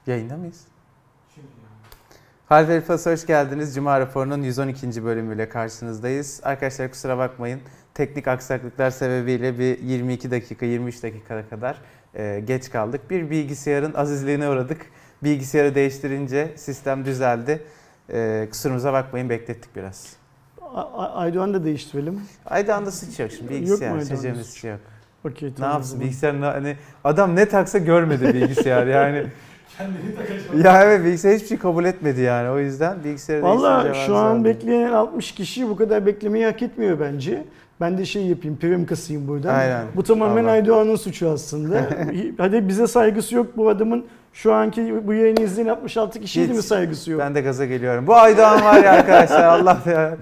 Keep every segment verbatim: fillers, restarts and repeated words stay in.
Yayında mıyız? Harf Elifası hoş geldiniz. Cuma raporunun yüz on ikinci bölümüyle karşınızdayız. Arkadaşlar kusura bakmayın. Teknik aksaklıklar sebebiyle bir yirmi iki dakika, yirmi üç dakikaya kadar e, geç kaldık. Bir bilgisayarın azizliğine uğradık. Bilgisayarı değiştirince sistem düzeldi. E, kusurumuza bakmayın, beklettik biraz. Aydoğan'ı da değiştirelim. Aydoğan'da sıç yok şimdi bilgisayar. Yok mu Aydoğan'da sıç yok. Okay, ne tamam, yapsın bilgisayar, hani adam ne taksa görmedi bilgisayar yani. Kendini takacak. Ya evet, bilgisayar hiçbir şey kabul etmedi yani, o yüzden bilgisayarı Valla şu an aldım. Bekleyen altmış kişi bu kadar beklemeyi hak etmiyor bence. Ben de şey yapayım, prim kasayım buradan. Aynen. Bu tamamen Allah. Aydoğan'ın suçu aslında. Hadi bize saygısı yok bu adamın. Şu anki bu yayını izleyen altmış altı kişiye de mi saygısı yok? Ben de gaza geliyorum. Bu Aydoğan var ya arkadaşlar, Allah ya.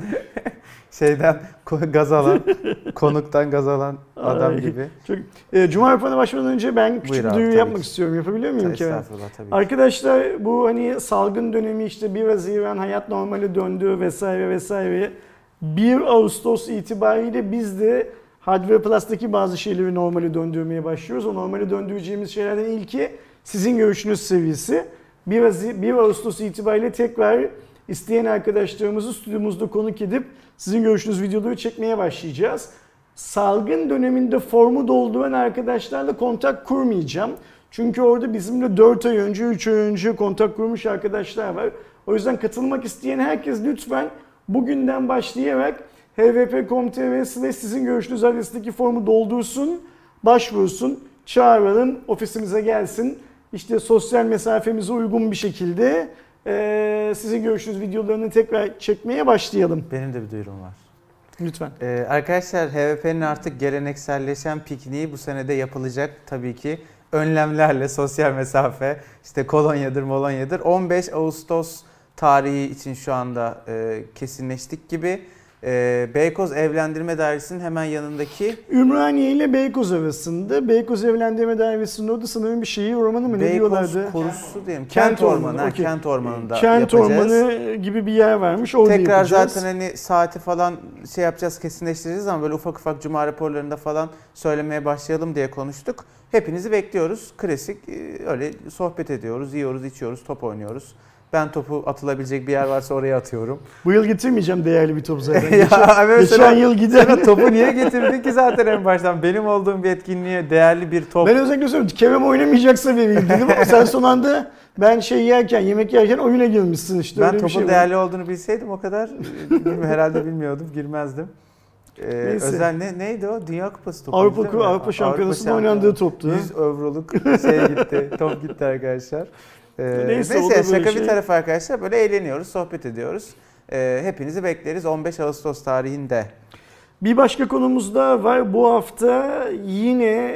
Şeyden gaz alan, konuktan gaz alan adam Ay, gibi. Çok, e, Cuma raporuna başlamadan önce ben küçük Buyur bir abi, duyuru tabii yapmak ki. istiyorum. Yapabiliyor muyum Kerem? Estağfurullah, tabii ki. Arkadaşlar bu hani salgın dönemi, işte bir Haziran hayat normali döndü vesaire vesaire. bir Ağustos itibariyle biz de Hardware Plus'taki bazı şeyleri normali döndürmeye başlıyoruz. O normali döndüreceğimiz şeylerden ilki sizin görüşünüz seviyesi. bir Ağustos itibariyle tekrar isteyen arkadaşlarımızı stüdyomuzda konuk edip sizin görüşünüz videoları çekmeye başlayacağız. Salgın döneminde formu dolduran arkadaşlarla kontak kurmayacağım. Çünkü orada bizimle dört ay önce, üç ay önce kontak kurmuş arkadaşlar var. O yüzden katılmak isteyen herkes lütfen bugünden başlayarak h v p nokta com nokta t r slash sizin görüşünüz adresindeki formu doldursun, başvursun, çağıralım, ofisimize gelsin. İşte sosyal mesafemize uygun bir şekilde Ee, sizin görüşünüz videolarını tekrar çekmeye başlayalım. Benim de bir duyurum var. Lütfen. Ee, arkadaşlar H V P'nin artık gelenekselleşen pikniği bu senede yapılacak tabii ki. Önlemlerle, sosyal mesafe, işte kolonyadır, molonyadır. on beş Ağustos tarihi için şu anda e, kesinleştik gibi. E, Beykoz Evlendirme Dairesi'nin hemen yanındaki... Ümraniye ile Beykoz arasında. Beykoz Evlendirme Dairesi'nin orada sanırım bir şehir ormanı mı, ne diyorlardı? Beykoz Korusu diyelim. Kent, Kent Ormanı. Ormanı. Ha, Okay. Kent Ormanı'nda Kent yapacağız. Ormanı gibi bir yer varmış. Orada Tekrar yapacağız. zaten hani saati falan şey yapacağız, kesinleştireceğiz ama böyle ufak ufak cuma raporlarında falan söylemeye başlayalım diye konuştuk. Hepinizi bekliyoruz. Klasik öyle sohbet ediyoruz, yiyoruz, içiyoruz, top oynuyoruz. Ben topu atılabilecek bir yer varsa oraya atıyorum. Bu yıl getirmeyeceğim değerli bir top zaten. ya, geçen, geçen yıl giden. Topu niye getirdin ki zaten en baştan? Benim olduğum bir etkinliğe değerli bir top. Ben özellikle söylüyorum. Kerem oynamayacaksa vereyim dedim ama sen son anda ben şey yerken, yemek yerken oyuna girmişsin işte. Ben öyle topun bir şey değerli olduğunu bilseydim o kadar herhalde bilmiyordum, girmezdim. Ee, özel ne neydi o? Dünya Kupası topu. Avrupa, Avrupa, Avrupa Şampiyonası'nda oynandığı toptu. yüz euroluk şey gitti. Top gitti arkadaşlar. Ee, neyse, neyse şaka şey. bir tarafa arkadaşlar, böyle eğleniyoruz, sohbet ediyoruz. Ee, hepinizi bekleriz on beş Ağustos tarihinde. Bir başka konumuz da var. Bu hafta yine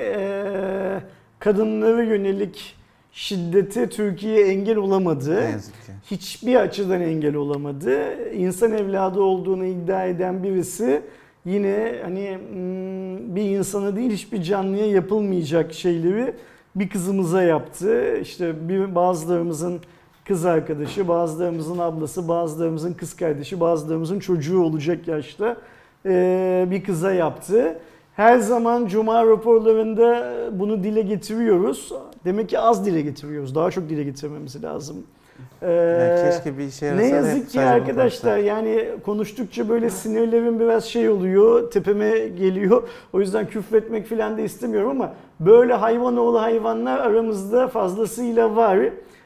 e, kadınlara yönelik şiddete Türkiye engel olamadı. Ne yazık ki. Hiçbir açıdan engel olamadı. İnsan evladı olduğunu iddia eden birisi yine hani bir insana değil hiçbir canlıya yapılmayacak şeyleri bir kızımıza yaptı. İşte bir bazılarımızın kız arkadaşı, bazılarımızın ablası, bazılarımızın kız kardeşi, bazılarımızın çocuğu olacak yaşta bir kıza yaptı. Her zaman Cuma raporlarında bunu dile getiriyoruz. Demek ki az dile getiriyoruz. Daha çok dile getirmemiz lazım. Ee, yani keşke bir işe yarasa. Ne yazık ki arkadaşlar, yani konuştukça böyle sinirlerim biraz şey oluyor, tepeme geliyor. O yüzden küfretmek falan da istemiyorum ama böyle hayvanoğlu hayvanlar aramızda fazlasıyla var.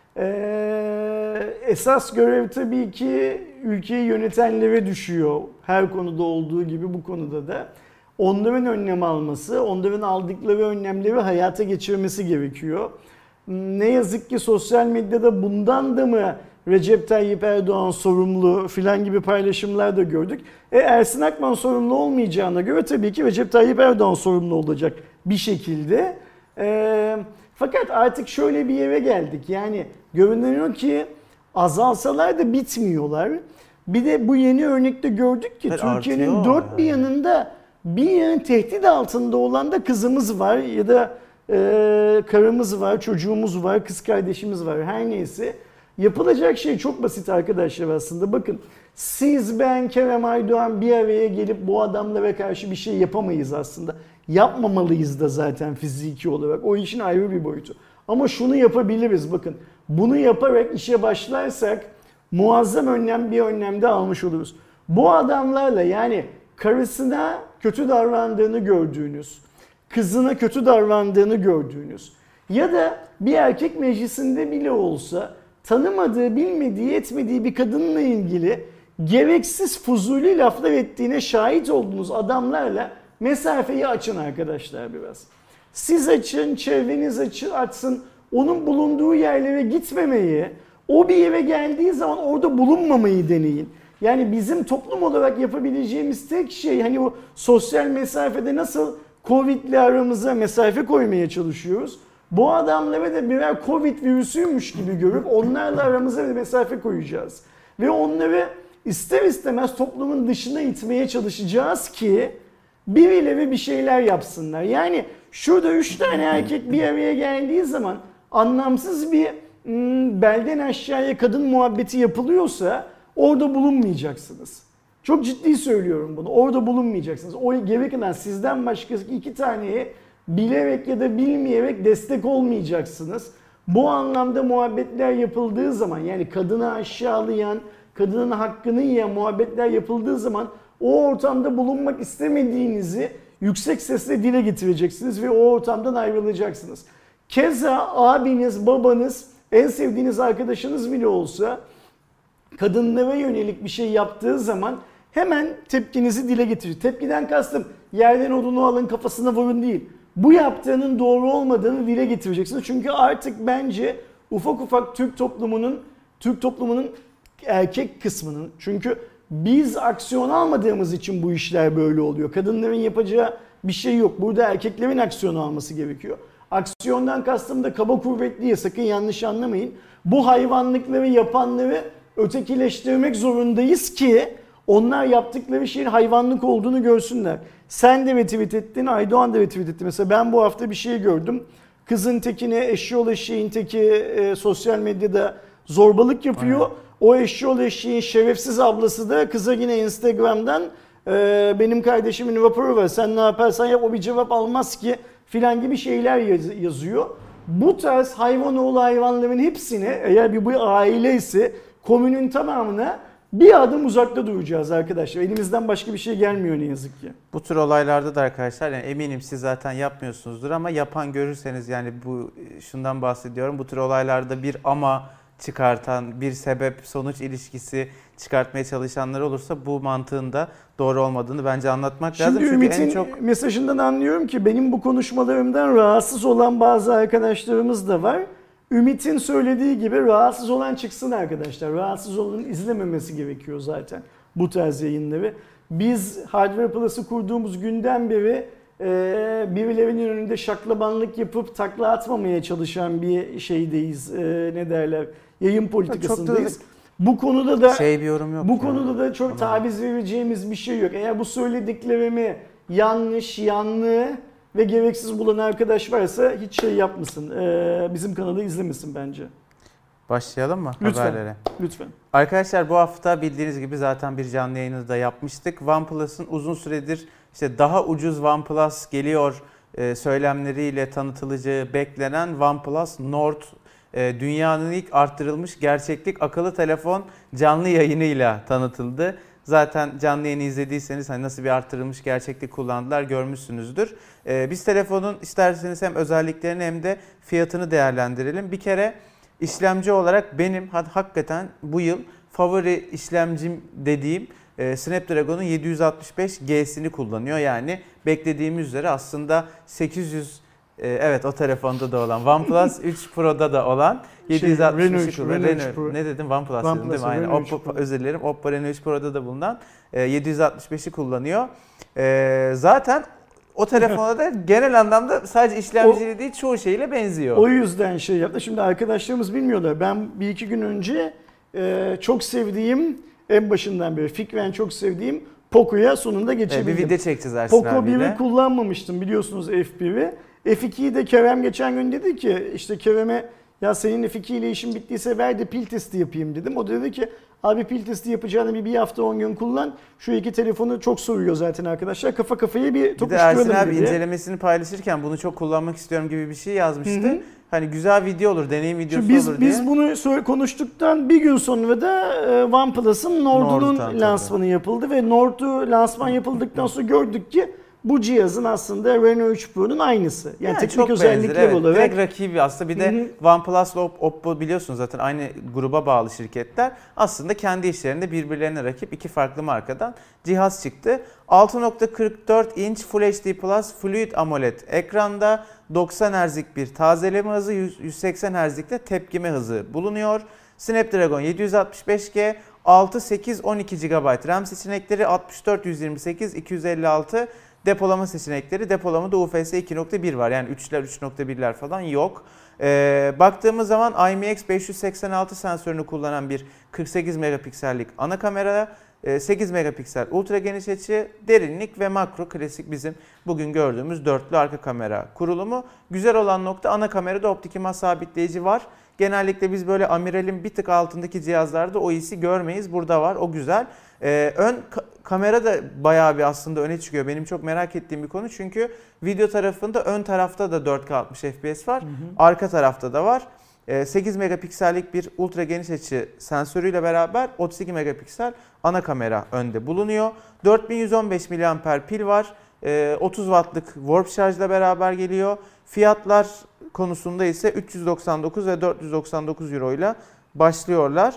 Ee, esas görev tabii ki ülkeyi yönetenlere düşüyor. Her konuda olduğu gibi bu konuda da. Onların önlem alması, onların aldıkları önlemleri hayata geçirmesi gerekiyor. Ne yazık ki sosyal medyada bundan da mı Recep Tayyip Erdoğan sorumlu filan gibi paylaşımlar da gördük. E Ersin Akman sorumlu olmayacağına göre tabii ki Recep Tayyip Erdoğan sorumlu olacak bir şekilde. E, fakat artık şöyle bir yere geldik. Yani görünüyor ki azalsalar da bitmiyorlar. Bir de bu yeni örnekte gördük ki evet, Türkiye'nin dört yani. bir yanında bir yanın tehdit altında olan da kızımız var ya da Ee, karımız var, çocuğumuz var, kız kardeşimiz var, her neyse. Yapılacak şey çok basit arkadaşlar aslında. Bakın, siz, ben, Kerem Aydoğan bir araya gelip bu adamlara karşı bir şey yapamayız aslında. Yapmamalıyız da zaten fiziki olarak. O işin ayrı bir boyutu. Ama şunu yapabiliriz bakın. Bunu yaparak işe başlarsak muazzam önlem bir önlemde almış oluruz. Bu adamlarla yani karısına kötü davrandığını gördüğünüz, kızına kötü davrandığını gördüğünüz ya da bir erkek meclisinde bile olsa tanımadığı, bilmediği, etmediği bir kadınla ilgili gereksiz fuzuli laflar ettiğine şahit olduğunuz adamlarla mesafeyi açın arkadaşlar biraz. Siz açın, çevreniz açın, açsın. Onun bulunduğu yerlere gitmemeyi, o bir yere geldiği zaman orada bulunmamayı deneyin. Yani bizim toplum olarak yapabileceğimiz tek şey hani o sosyal mesafede nasıl Covid'le aramıza mesafe koymaya çalışıyoruz. Bu adamlara da birer Covid virüsüymüş gibi görüp onlarla aramıza bir mesafe koyacağız. Ve onları ister istemez toplumun dışına itmeye çalışacağız ki birileri bir şeyler yapsınlar. Yani şurada üç tane erkek bir araya geldiği zaman anlamsız bir hmm, belden aşağıya kadın muhabbeti yapılıyorsa orada bulunmayacaksınız. Çok ciddi söylüyorum bunu. Orada bulunmayacaksınız. O geri kalan sizden başka iki taneye bilerek ya da bilmeyerek destek olmayacaksınız. Bu anlamda muhabbetler yapıldığı zaman yani kadını aşağılayan, kadının hakkını yiyen muhabbetler yapıldığı zaman o ortamda bulunmak istemediğinizi yüksek sesle dile getireceksiniz ve o ortamdan ayrılacaksınız. Keza abiniz, babanız, en sevdiğiniz arkadaşınız bile olsa kadınlara yönelik bir şey yaptığı zaman hemen tepkinizi dile getirir. Tepkiden kastım yerden odunu alın kafasına vurun değil. Bu yaptığının doğru olmadığını dile getireceksiniz. Çünkü artık bence ufak ufak Türk toplumunun Türk toplumunun erkek kısmının çünkü biz aksiyon almadığımız için bu işler böyle oluyor. Kadınların yapacağı bir şey yok. Burada erkeklerin aksiyon alması gerekiyor. Aksiyondan kastım da kaba kuvvetliye sakın yanlış anlamayın. Bu hayvanlıkları yapanları ötekileştirmek zorundayız ki onlar yaptıkları şeyin hayvanlık olduğunu görsünler. Sen de retweet ettin, Aydoğan da retweet etti. Mesela ben bu hafta bir şey gördüm. Kızın tekine eşyol eşeğin teki e, sosyal medyada zorbalık yapıyor. Aynen. O eşyol eşeğin şerefsiz ablası da kıza yine Instagram'dan e, benim kardeşimin raporu var sen ne yaparsan yap o bir cevap almaz ki filan gibi şeyler yaz, yazıyor. Bu tarz hayvanoğlu hayvanların hepsine eğer bir, bir aile ise komünün tamamına bir adım uzakta duracağız arkadaşlar. Elimizden başka bir şey gelmiyor ne yazık ki. Bu tür olaylarda da arkadaşlar yani eminim siz zaten yapmıyorsunuzdur ama yapan görürseniz yani bu şundan bahsediyorum. Bu tür olaylarda bir ama çıkartan, bir sebep sonuç ilişkisi çıkartmaya çalışanlar olursa bu mantığın da doğru olmadığını bence anlatmak Şimdi lazım. Çünkü Ümit'in en çok mesajından anlıyorum ki benim bu konuşmalarımdan rahatsız olan bazı arkadaşlarımız da var. Ümit'in söylediği gibi rahatsız olan çıksın arkadaşlar. Rahatsız olanın izlememesi gerekiyor zaten bu tarz yayınları. Biz Hardware Plus'ı kurduğumuz günden beri e, birilerinin önünde şaklabanlık yapıp takla atmamaya çalışan bir şeydeyiz. E, ne derler? Yayın politikasındayız. Bu konuda da şey bir yorum yok. Bu ya. konuda da çok taviz vereceğimiz bir şey yok. Eğer bu söylediklerimi yanlış, yanlı ve gereksiz bulan arkadaş varsa hiç şey yapmasın. Ee, bizim kanalı izlemesin bence. Başlayalım mı lütfen, haberlere? Lütfen. Arkadaşlar bu hafta bildiğiniz gibi zaten bir canlı yayını da yapmıştık. OnePlus'ın uzun süredir işte daha ucuz OnePlus geliyor e, söylemleriyle tanıtılacağı beklenen OnePlus Nord e, dünyanın ilk arttırılmış gerçeklik akıllı telefon canlı yayınıyla tanıtıldı. Zaten canlı yayını izlediyseniz hani nasıl bir arttırılmış gerçeklik kullandılar görmüşsünüzdür. Ee, biz telefonun isterseniz hem özelliklerini hem de fiyatını değerlendirelim. Bir kere işlemci olarak benim hakikaten bu yıl favori işlemcim dediğim e, Snapdragon'un yedi yüz altmış beş G'sini kullanıyor. Yani beklediğimiz üzere aslında sekiz yüz e, evet o telefonda da olan OnePlus üç Pro'da da olan yedi yüz altmış beş şey, Reno, Reno, ne dedim OnePlus, OnePlus dedim değil mi? Aynen. Oppo, özür dilerim. Oppo Reno üç Pro'da da bulunan e, yedi yüz altmış beşi kullanıyor. E, zaten o telefona da genel anlamda sadece işlemcili değil çoğu şeyle benziyor. O yüzden şey yaptı. Şimdi arkadaşlarımız bilmiyorlar. Ben bir iki gün önce e, çok sevdiğim en başından beri fikren çok sevdiğim Poco'ya sonunda geçebildim. E, bir video çekeceğiz Ersin Poco abiyle. biri kullanmamıştım biliyorsunuz F biri. F ikiyi de Kerem geçen gün dedi ki işte Kerem'e ya senin F iki ile işin bittiyse ver de pil testi yapayım dedim. O da dedi ki abi pil testi yapacağını bir, bir hafta on gün kullan. Şu iki telefonu çok soruyor zaten arkadaşlar. Kafa kafaya bir tokuşturalım dedi. Bir de Ersin abi dedi. İncelemesini paylaşırken bunu çok kullanmak istiyorum gibi bir şey yazmıştı. Hı hı. Hani güzel video olur, deneyim videosu biz, olur diye. Biz bunu söyle, konuştuktan bir gün sonra da e, OnePlus'ın Nord'un Nord'dan lansmanı tabii. yapıldı ve Nord'u lansman yapıldıktan sonra gördük ki bu cihazın aslında Reno üç Pro'nun aynısı. Yani, yani teknik özellikler evet. olarak. Direkt rakibi aslında. Bir de Hı-hı. OnePlus'la Oppo biliyorsunuz zaten aynı gruba bağlı şirketler. Aslında kendi işlerinde birbirlerine rakip iki farklı markadan cihaz çıktı. altı nokta kırk dört inç Full H D Plus Fluid AMOLED ekranda doksan hertzlik bir tazeleme hızı, yüz seksen hertzlik de tepkime hızı bulunuyor. Snapdragon yedi yüz altmış beş G, altı, sekiz, on iki gigabayt RAM seçenekleri, altmış dört, yüz yirmi sekiz, iki yüz elli altı depolama seçenekleri. Depolamada U F S iki nokta bir var. Yani üçler, üç nokta birler falan yok. Ee, baktığımız zaman I M E X beş yüz seksen altı sensörünü kullanan bir kırk sekiz megapiksellik ana kamera, sekiz megapiksel ultra geniş açı, derinlik ve makro klasik bizim bugün gördüğümüz dörtlü arka kamera kurulumu. Güzel olan nokta ana kamerada optik imaj sabitleyici var. Genellikle biz böyle amiralin bir tık altındaki cihazlarda o hissi görmeyiz. Burada var, o güzel. Ee, ön ka- kamera da bayağı bir aslında öne çıkıyor. Benim çok merak ettiğim bir konu çünkü video tarafında ön tarafta da dört K altmış F P S var. Hı hı. Arka tarafta da var. sekiz megapiksellik bir ultra geniş açı sensörüyle beraber otuz iki megapiksel ana kamera önde bulunuyor. dört bin yüz on beş miliamper pil var. otuz wattlık Warp şarjla beraber geliyor. Fiyatlar konusunda ise üç yüz doksan dokuz ve dört yüz doksan dokuz euro ile başlıyorlar.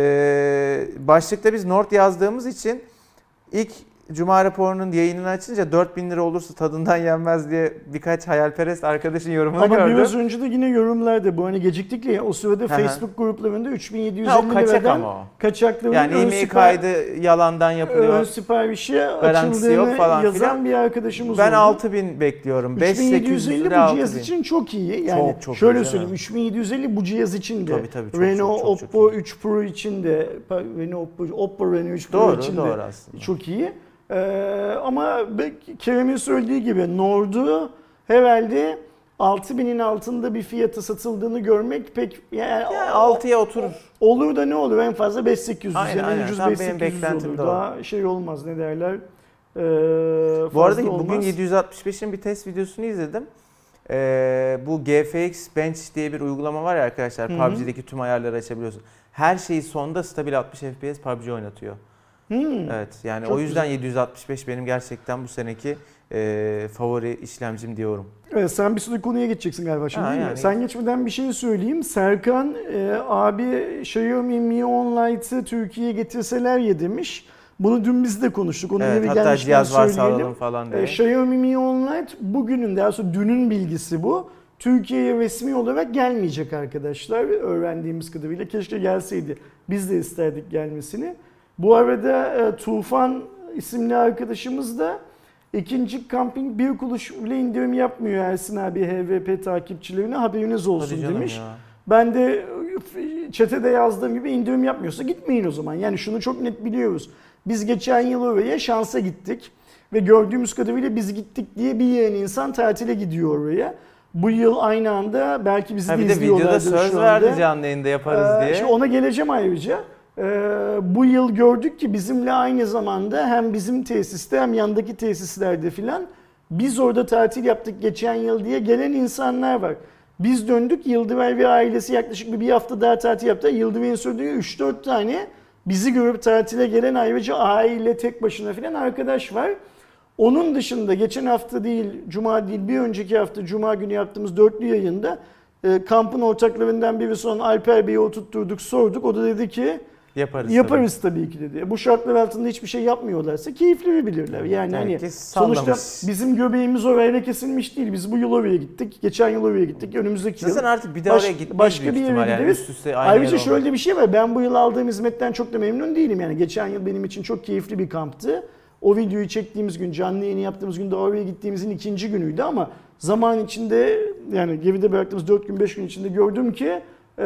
Başlıkta biz Nord yazdığımız için ilk Cuma raporunun yayınını açınca dört bin lira olursa tadından yenmez diye birkaç hayalperest arkadaşın yorumunu Ama gördüm. Ama biraz önce de yine yorumlarda bu hani geciktik ya o sırada Hı-hı. Facebook gruplarında üç bin yedi yüz ha, elli kaçak liradan ama o. kaçaklarının yani ön e-mail siper, kaydı yalandan yapılıyor. Ön siparişi Garantisi yok açıldığını falan yazan filan. bir arkadaşımız ben oldu. altı bin bekliyorum. beş bin sekiz yüz lira bu cihaz için çok iyi. Yani çok, çok şöyle iyi, söyleyeyim üç bin yedi yüz elli bu cihaz için de. Tabii, tabii, çok, Renault çok, çok, Oppo çok üç Pro için de Renault Oppo, Oppo Renault üç Pro doğru, için doğru de aslında. çok iyi. Ee, ama Kerem'in söylediği gibi Nord'u herhalde altı binin altında bir fiyata satıldığını görmek pek yani, yani altıya oturur. Olur da ne olur en fazla beş bin sekiz yüz aynen, yani aynen. ucuz Tam beş bin sekiz yüz olur. Daha şey olmaz ne derler. Ee, Bu arada olmaz. bugün yedi yüz altmış beşin bir test videosunu izledim. Ee, bu G F X Bench diye bir uygulama var ya arkadaşlar. Hı-hı. P U B G'deki tüm ayarları açabiliyorsun. Her şeyi sonda stabil altmış F P S P U B G oynatıyor. Hmm. Evet yani çok o yüzden güzel. yedi yüz altmış beş benim gerçekten bu seneki e, favori işlemcim diyorum. Evet sen bir sürü konuya geçeceksin galiba şimdi. Ha, yani. Sen geçmeden bir şey söyleyeyim. Serkan e, abi Xiaomi Mi on Lite'ı Türkiye'ye getirseler ya demiş. Bunu dün biz de konuştuk. Onu evet, hatta cihaz varsa alalım falan diye. E, Xiaomi Mi on Lite bugünün daha sonra dünün bilgisi bu. Türkiye'ye resmi olarak gelmeyecek arkadaşlar. Öğrendiğimiz kadarıyla keşke gelseydi. Biz de isterdik gelmesini. Bu arada e, Tufan isimli arkadaşımız da ikinci kamping bir kuruş bile indirim yapmıyor Ersin abi H V P takipçilerine haberiniz olsun demiş. Ya. Ben de chat'e yazdığım gibi indirim yapmıyorsa gitmeyin o zaman. Yani şunu çok net biliyoruz. Biz geçen yıl oraya şansa gittik ve gördüğümüz kadarıyla biz gittik diye bir yığın insan tatile gidiyor oraya. Bu yıl aynı anda belki bizi ha, de izliyorlardır şu anda. Bir de videoda söz verdi canlı yayında yaparız ee, diye. Şimdi ona geleceğim ayrıca. Ee, bu yıl gördük ki bizimle aynı zamanda hem bizim tesiste hem yandaki tesislerde filan biz orada tatil yaptık geçen yıl diye gelen insanlar var. Biz döndük Yıldıray ve ailesi yaklaşık bir, bir hafta daha tatil yaptı. Yıldıray'ın söylediği üç dört tane bizi görüp tatile gelen ayrıca aile tek başına filan arkadaş var. Onun dışında geçen hafta değil, cuma değil bir önceki hafta cuma günü yaptığımız dörtlü yayında e, kampın ortaklarından birisi olan Alper Bey'i oturtturduk sorduk. O da dedi ki Yaparız, Yaparız tabii. tabii ki dedi. Bu şartlar altında hiçbir şey yapmıyorlarsa keyifli bilirler. Yani evet, hani sonuçta bizim göbeğimiz oraya kesilmiş değil. Biz bu yıl oraya gittik. Geçen yıl oraya gittik. Önümüzdeki Zaten yıl artık bir daha oraya gitmeyiz başka bir yere yani gideriz. üst üste aynı Ayrıca şöyle bir şey var. Ben bu yıl aldığım hizmetten çok da memnun değilim. Yani geçen yıl benim için çok keyifli bir kamptı. O videoyu çektiğimiz gün, canlı yayını yaptığımız gün de oraya gittiğimizin ikinci günüydü ama zaman içinde yani geride bıraktığımız dört gün beş gün içinde gördüm ki Ee,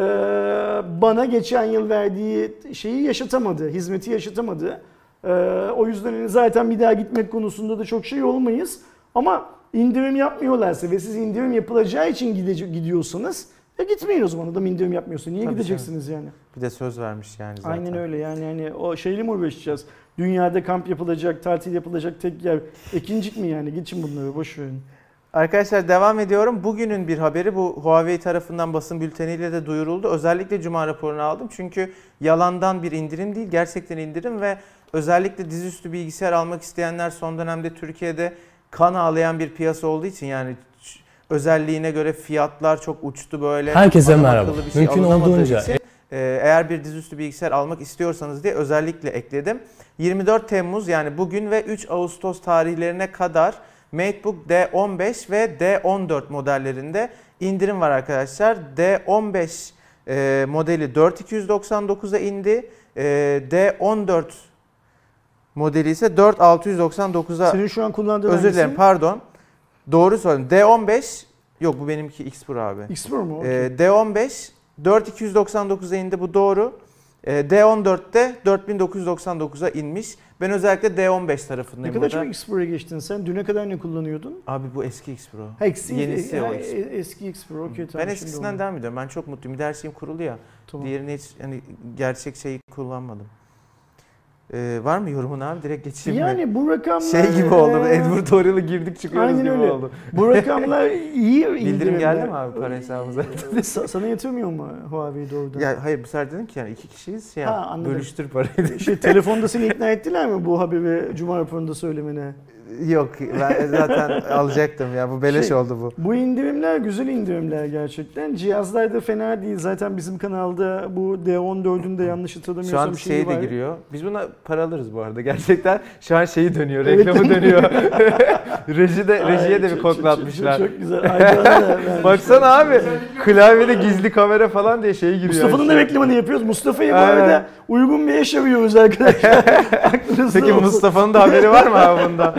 bana geçen yıl verdiği şeyi yaşatamadı, hizmeti yaşatamadı. Ee, o yüzden zaten bir daha gitmek konusunda da çok şey olmayız. Ama indirim yapmıyorlarsa ve siz indirim yapılacağı için gide- gidiyorsanız ya gitmeyin o zaman. Adam indirim yapmıyorsa niye Tabii gideceksiniz canım. yani? Bir de söz vermiş yani zaten. Aynen öyle yani yani o şeyle mi uğraşacağız? Dünyada kamp yapılacak, tatil yapılacak tek yer. Ekincik mi yani? Geçin bunları boş verin. Arkadaşlar devam ediyorum. Bugünün bir haberi, bu Huawei tarafından basın bülteniyle de duyuruldu. Özellikle Cuma raporunu aldım çünkü yalandan bir indirim değil, gerçekten indirim ve özellikle dizüstü bilgisayar almak isteyenler son dönemde Türkiye'de kan ağlayan bir piyasa olduğu için, yani özelliğine göre fiyatlar çok uçtu böyle. Herkese merhaba. Bir şey Mümkün olduğunca için, eğer bir dizüstü bilgisayar almak istiyorsanız diye özellikle ekledim. yirmi dört Temmuz yani bugün ve üç Ağustos tarihlerine kadar MateBook D on beş ve D on dört modellerinde indirim var arkadaşlar. D on beş e, modeli dört bin iki yüz doksan dokuza indi. E, D on dört modeli ise dört bin altı yüz doksan dokuza. Senin şu an kullandığın Özür dilerim, pardon. Doğru söyledim. D on beş, yok bu benimki X Pro abi. X Pro mu? Okay. E, D on beş dört bin iki yüz doksan dokuza indi, bu doğru. E, D on dört'te dört bin dokuz yüz doksan dokuza inmiş. Ben özellikle D on beş tarafındayım. Ne kadar burada. çok X Pro'ya geçtin sen? Düne kadar ne kullanıyordun? Abi bu eski X Pro. Ha, eski, Yenisi e, o ha, X Pro. Eski X Pro. Okay, Ben tamam, eskisinden devam ediyorum. Ben çok mutluyum. Bir de her şeyim kurulu ya. Tamam. Diğerini hiç hani gerçek şeyi kullanmadım. Ee, var mı yorumun abi? Direkt geçeyim yani mi? bu rakamlar... Şey gibi oldu. Ee, Edward Orwell'a girdik çıkıyoruz aynen gibi öyle. oldu. Bu rakamlar iyi. Bildirim geldi mi abi para hesabımıza? Sa- Sana yatırmıyor mu Huawei doğrudan? Ya hayır, bu sefer dedim ki yani iki kişiyiz şey Ha, yap, anladım. bölüştür parayı. Şey, telefonda seni ikna ettiler mi bu haberi Cuma raporunda söylemene? Yok, ben zaten alacaktım ya, bu beleş Şey, oldu bu. Bu indirimler güzel indirimler gerçekten. Cihazlar da fena değil. Zaten bizim kanalda bu D on dört'ün de yanlış Şu hatırlamıyorsam an şeyi şey de var. giriyor. Biz buna para alırız bu arada. Gerçekten şu an şeyi dönüyor, reklamı dönüyor. Reji de, rejiye Ay, de bir çok- koklatmışlar. Çok, çok, çok güzel. Aydan'a da vermişler. Baksana abi, klavyede gizli kamera falan diye şey giriyor. Mustafa'nın da işte. reklamını yapıyoruz. Mustafa'yı bu Aynen. arada uygun bir eş arıyoruz arkadaşlar. Aklınızda Peki olsun. Mustafa'nın da haberi var mı abi bundan?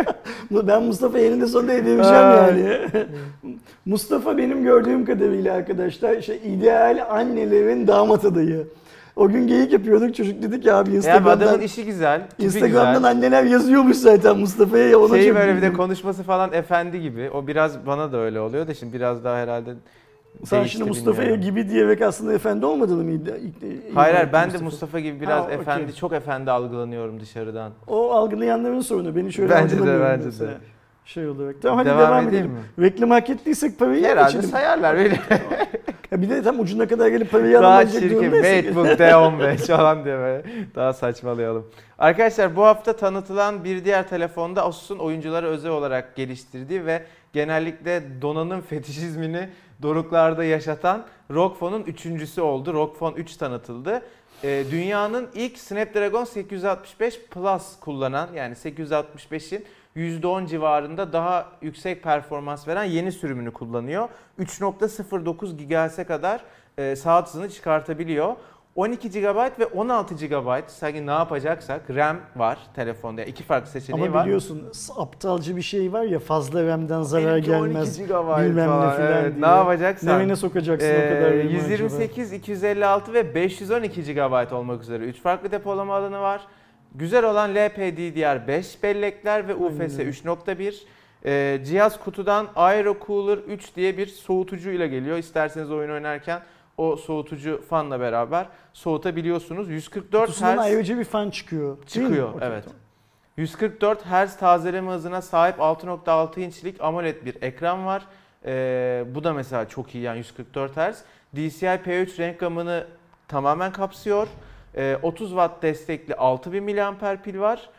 Ben Mustafa eninde sonunda edemeyeceğim Ay. yani. Mustafa benim gördüğüm kadarıyla arkadaşlar işte ideal annelerin damat adayı. O gün geyik yapıyorduk, çocuk dedi ki abi Ya Instagram'dan, adamın işi güzel, tipi Instagram'dan güzel. anneler yazıyormuş zaten Mustafa'ya, ona Şeyi çok böyle bir de güldüm. konuşması falan efendi gibi. O biraz bana da öyle oluyor da şimdi biraz daha herhalde Sen değişti, şimdi Mustafa'ya bilmiyorum. gibi diyerek aslında efendi olmadığını mı iddia iddia- Hayır hayır, iddia ben de Mustafa? Mustafa gibi biraz Ha, okey. efendi, çok efendi algılanıyorum dışarıdan. O algılayanların sorunu. Beni şöyle Bence de, algılamıyorum bence mesela. de. Şey olarak. Tamam hadi Devam devam, edeyim edelim. mi? Reklam hak ettiysek parayı Herhalde geçelim. sayarlar beni. Ya bir de tam ucuna kadar gelip parayı Daha alamayacak çirkin durumdaysak. MateBook D on beş falan diye böyle daha saçmalayalım. Arkadaşlar bu hafta tanıtılan bir diğer telefonda Asus'un oyunculara özel olarak geliştirdiği ve genellikle donanım fetişizmini doruklarda yaşatan R O G Phone'un üçüncüsü oldu. R O G Phone üç tanıtıldı. Ee, dünyanın ilk Snapdragon sekiz yüz altmış beş Plus kullanan, yani sekiz yüz altmış beşin yüzde on civarında daha yüksek performans veren yeni sürümünü kullanıyor. üç nokta sıfır dokuz gigahertz'e kadar e, saat hızını çıkartabiliyor. on iki gigabayt ve on altı gigabayt sanki ne yapacaksak RAM var telefonda. Yani iki farklı seçeneği Ama var. biliyorsun aptalca bir şey var ya, fazla RAM'den zarar Benimki on iki gelmez. gigabayt Bilmem ne falan, filan evet. diye. Ne yapacaksan. Nereye sokacaksın o kadar Ee, RAM'i yüz yirmi acaba? sekiz, iki yüz elli altı ve beş yüz on iki gigabayt olmak üzere üç farklı depolama alanı var. Güzel olan L P D D R beş bellekler ve U F S üç nokta bir. Ee, cihaz kutudan Aero Cooler üç diye bir soğutucuyla geliyor. İsterseniz oyun oynarken o soğutucu fanla beraber soğutabiliyorsunuz. yüz kırk dört Kutusundan Hz ayrıca bir fan çıkıyor. Değil mi? çıkıyor. Okey, Evet. tamam. yüz kırk dört Hz tazeleme hızına sahip altı nokta altı inçlik AMOLED bir ekran var. Ee, bu da mesela çok iyi, yani yüz kırk dört Hz. D C I P üç renk gamını tamamen kapsıyor. Ee, otuz watt destekli altı bin miliamper pil var.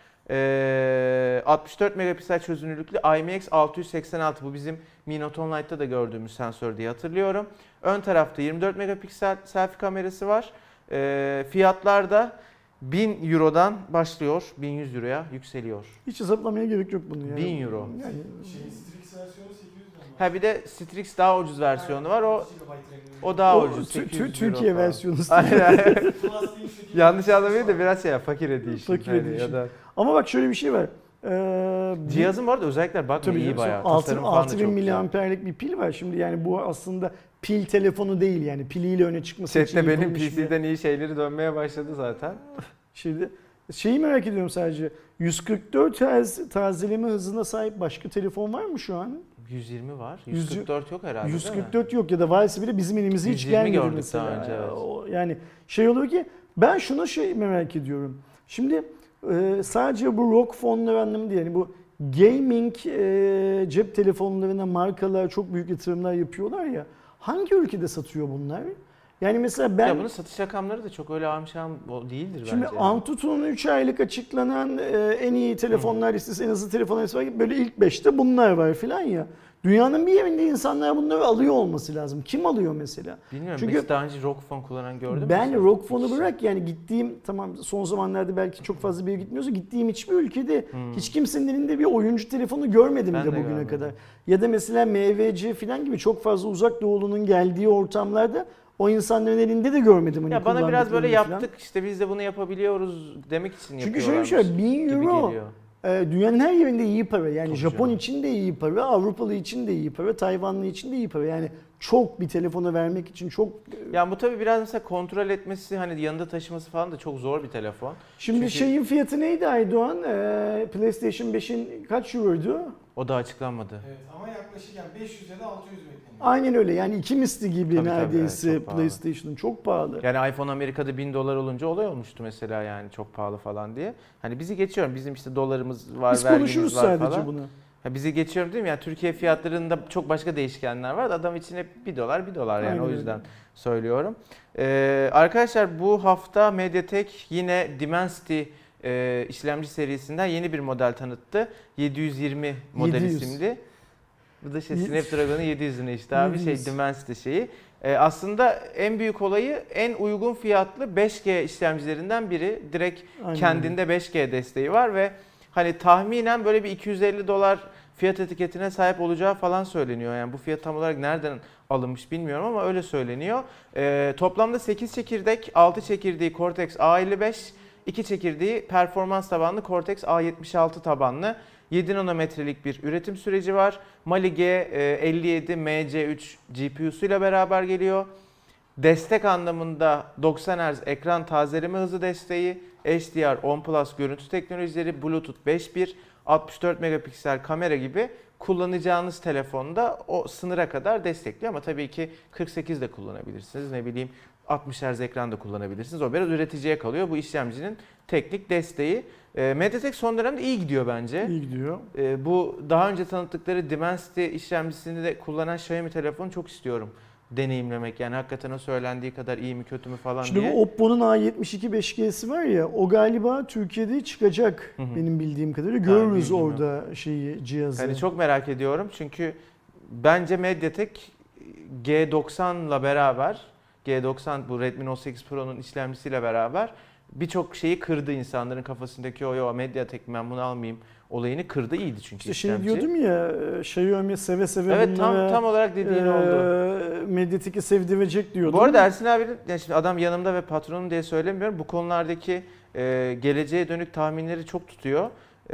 Ee, altmış dört megapiksel çözünürlüklü I M X altı yüz seksen altı, bu bizim Mi Note on Lite'da da gördüğümüz sensör diye hatırlıyorum. Ön tarafta yirmi dört megapiksel selfie kamerası var. Ee, fiyatlar da bin Euro'dan başlıyor, bin yüz Euro'ya yükseliyor. Hiç hesaplamaya gerek yok bunu ya. bin Euro. Yani, Şey, Strix versiyonu sekiz yüz lira. Ha bir de Strix daha ucuz versiyonu var. O o daha o ucuz. Tü- sekiz Tü- yüz Türkiye euro falan. versiyonu. Aynen. Yanlış anlamayın da biraz şey ya, fakir edition. Fakir hani edition. ya da Ama bak şöyle bir şey var. Ee, bir- cihazın bu arada özellikler bakma Tabii iyi canım, bayağı. altı Tasarım falan da altı bin çok güzel. miliamperlik bir pil var. Şimdi yani bu aslında pil telefonu değil, yani piliyle öne çıkması için Chat'te benim yapılmış P bir C'den iyi şeyleri dönmeye başladı zaten. şeydi. Şeyi merak ediyorum sadece. yüz kırk dört Hz tazeleme hızına sahip başka telefon var mı şu an? yüz yirmi var. Yüz- yüz kırk dört yok herhalde yüz değil mi? kırk dört yok ya da varsa bile bizim elimize hiç yüz yirmi gelmedi gördük mesela. daha önce, evet. O- Yani şey oluyor ki ben şunu şey merak ediyorum. Şimdi e, sadece bu R O G Phone'lar anlamında, yani bu gaming e, cep telefonlarına markalar çok büyük yatırımlar yapıyorlar ya. Hangi ülkede satıyor bunlar? Yani mesela ben... Ya bunun satış rakamları da çok öyle amşam değildir Şimdi bence. Antutu'nun üç aylık açıklanan e, en iyi telefonlar listesi, en hızlı telefonlar listesi var. Böyle ilk beşte bunlar var filan ya. Dünyanın bir yerinde insanlar bunları alıyor olması lazım. Kim alıyor mesela? Bilmiyorum. Çünkü Hiç daha önce ROG Phone kullanan gördün mü? ben ROG Phone'u bırak, yani gittiğim, tamam son zamanlarda belki çok fazla bir yere gitmiyorsa, gittiğim hiçbir ülkede hmm. hiç kimsenin elinde bir oyuncu telefonu görmedim ben de, de bugüne görmedim. kadar. Ya da mesela M V C falan gibi çok fazla uzak doğulunun geldiği ortamlarda o insanların elinde de görmedim. Hani ya bana biraz böyle falan. yaptık işte biz de bunu yapabiliyoruz demek için Çünkü yapıyorlar. şöyle bir şey, bin euro e, dünyanın her yerinde iyi para. Yani Tabii Japon canım. için de iyi para, Avrupalı için de iyi para, Tayvanlı için de iyi para. Yani çok bir telefonu vermek için çok... Yani bu tabii biraz mesela kontrol etmesi, hani yanında taşıması falan da çok zor bir telefon. Şimdi Çünkü şeyin fiyatı neydi Aydoğan? Ee, PlayStation beşin kaç euroydu? o da açıklanmadı. Evet ama yaklaşık yani beş yüz ya da altı yüz bekleniyor. Aynen öyle, yani iki misli gibi Tabii, tabii, neredeyse evet, çok pahalı. PlayStation'ın, çok pahalı. Yani iPhone Amerika'da bin dolar olunca olay olmuştu mesela, yani çok pahalı falan diye. Hani bizi geçiyorum, bizim işte dolarımız var, Biz vergimiz konuşuruz var sadece falan. bunu. Ha, bizi geçiyorum değil mi? Yani Türkiye fiyatlarında çok başka değişkenler var. Adam için hep bir dolar bir dolar yani, Aynen o öyle. yüzden söylüyorum. Ee, arkadaşlar bu hafta MediaTek yine Dimensity e, işlemci serisinden yeni bir model tanıttı. yedi yüz yirmi model yedi yüz. isimli. Bu da şey Ye- Snapdragon'un yedi yüzüne işte abi, yedi şey yüz. Dimensity şeyi. Ee, aslında en büyük olayı en uygun fiyatlı beş G işlemcilerinden biri. Direkt Aynen kendinde beş G desteği var ve hani tahminen böyle bir iki yüz elli dolar fiyat etiketine sahip olacağı falan söyleniyor. Yani bu fiyat tam olarak nereden alınmış bilmiyorum ama öyle söyleniyor. Ee, toplamda sekiz çekirdek, altı çekirdeği Cortex A elli beş, iki çekirdeği performans tabanlı Cortex A yetmiş altı tabanlı. yedi nanometrelik bir üretim süreci var. Mali G elli yedi M C üç G P U'suyla beraber geliyor. Destek anlamında doksan hertz ekran tazeleme hızı desteği, H D R on plus görüntü teknolojileri, Bluetooth beş nokta bir, altmış dört megapiksel kamera gibi kullanacağınız telefonda o sınıra kadar destekliyor. Ama tabii ki kırk sekiz de kullanabilirsiniz. Ne bileyim altmış hertz ekran da kullanabilirsiniz. O biraz üreticiye kalıyor bu işlemcinin teknik desteği. E, MediaTek son dönemde iyi gidiyor bence. İyi gidiyor. E, bu daha önce tanıttıkları Dimensity işlemcisini de kullanan Xiaomi telefonu çok istiyorum deneyimlemek. Yani hakikaten o söylendiği kadar iyi mi kötü mü falan Şimdi diye. bu Oppo'nun A yetmiş iki beş G'si var ya, o galiba Türkiye'de çıkacak Hı hı. benim bildiğim kadarıyla. Görürüz bilgim orada şeyi, cihazı. Yani çok merak ediyorum çünkü bence MediaTek G doksanla beraber, G doksan bu Redmi Note sekiz Pro'nun işlemcisiyle beraber birçok şeyi kırdı, insanların kafasındaki o yo MediaTek ben bunu almayayım olayını kırdı, iyiydi çünkü İşte şey işlemci. diyordum ya, Xiaomi seve seve Evet tam bunlara tam olarak dediğin e, oldu. MediaTek'i sevdirecek diyordum. Bu arada Ersin abinin, yani şimdi adam yanımda ve patronum diye söylemiyorum. Bu konulardaki e, geleceğe dönük tahminleri çok tutuyor.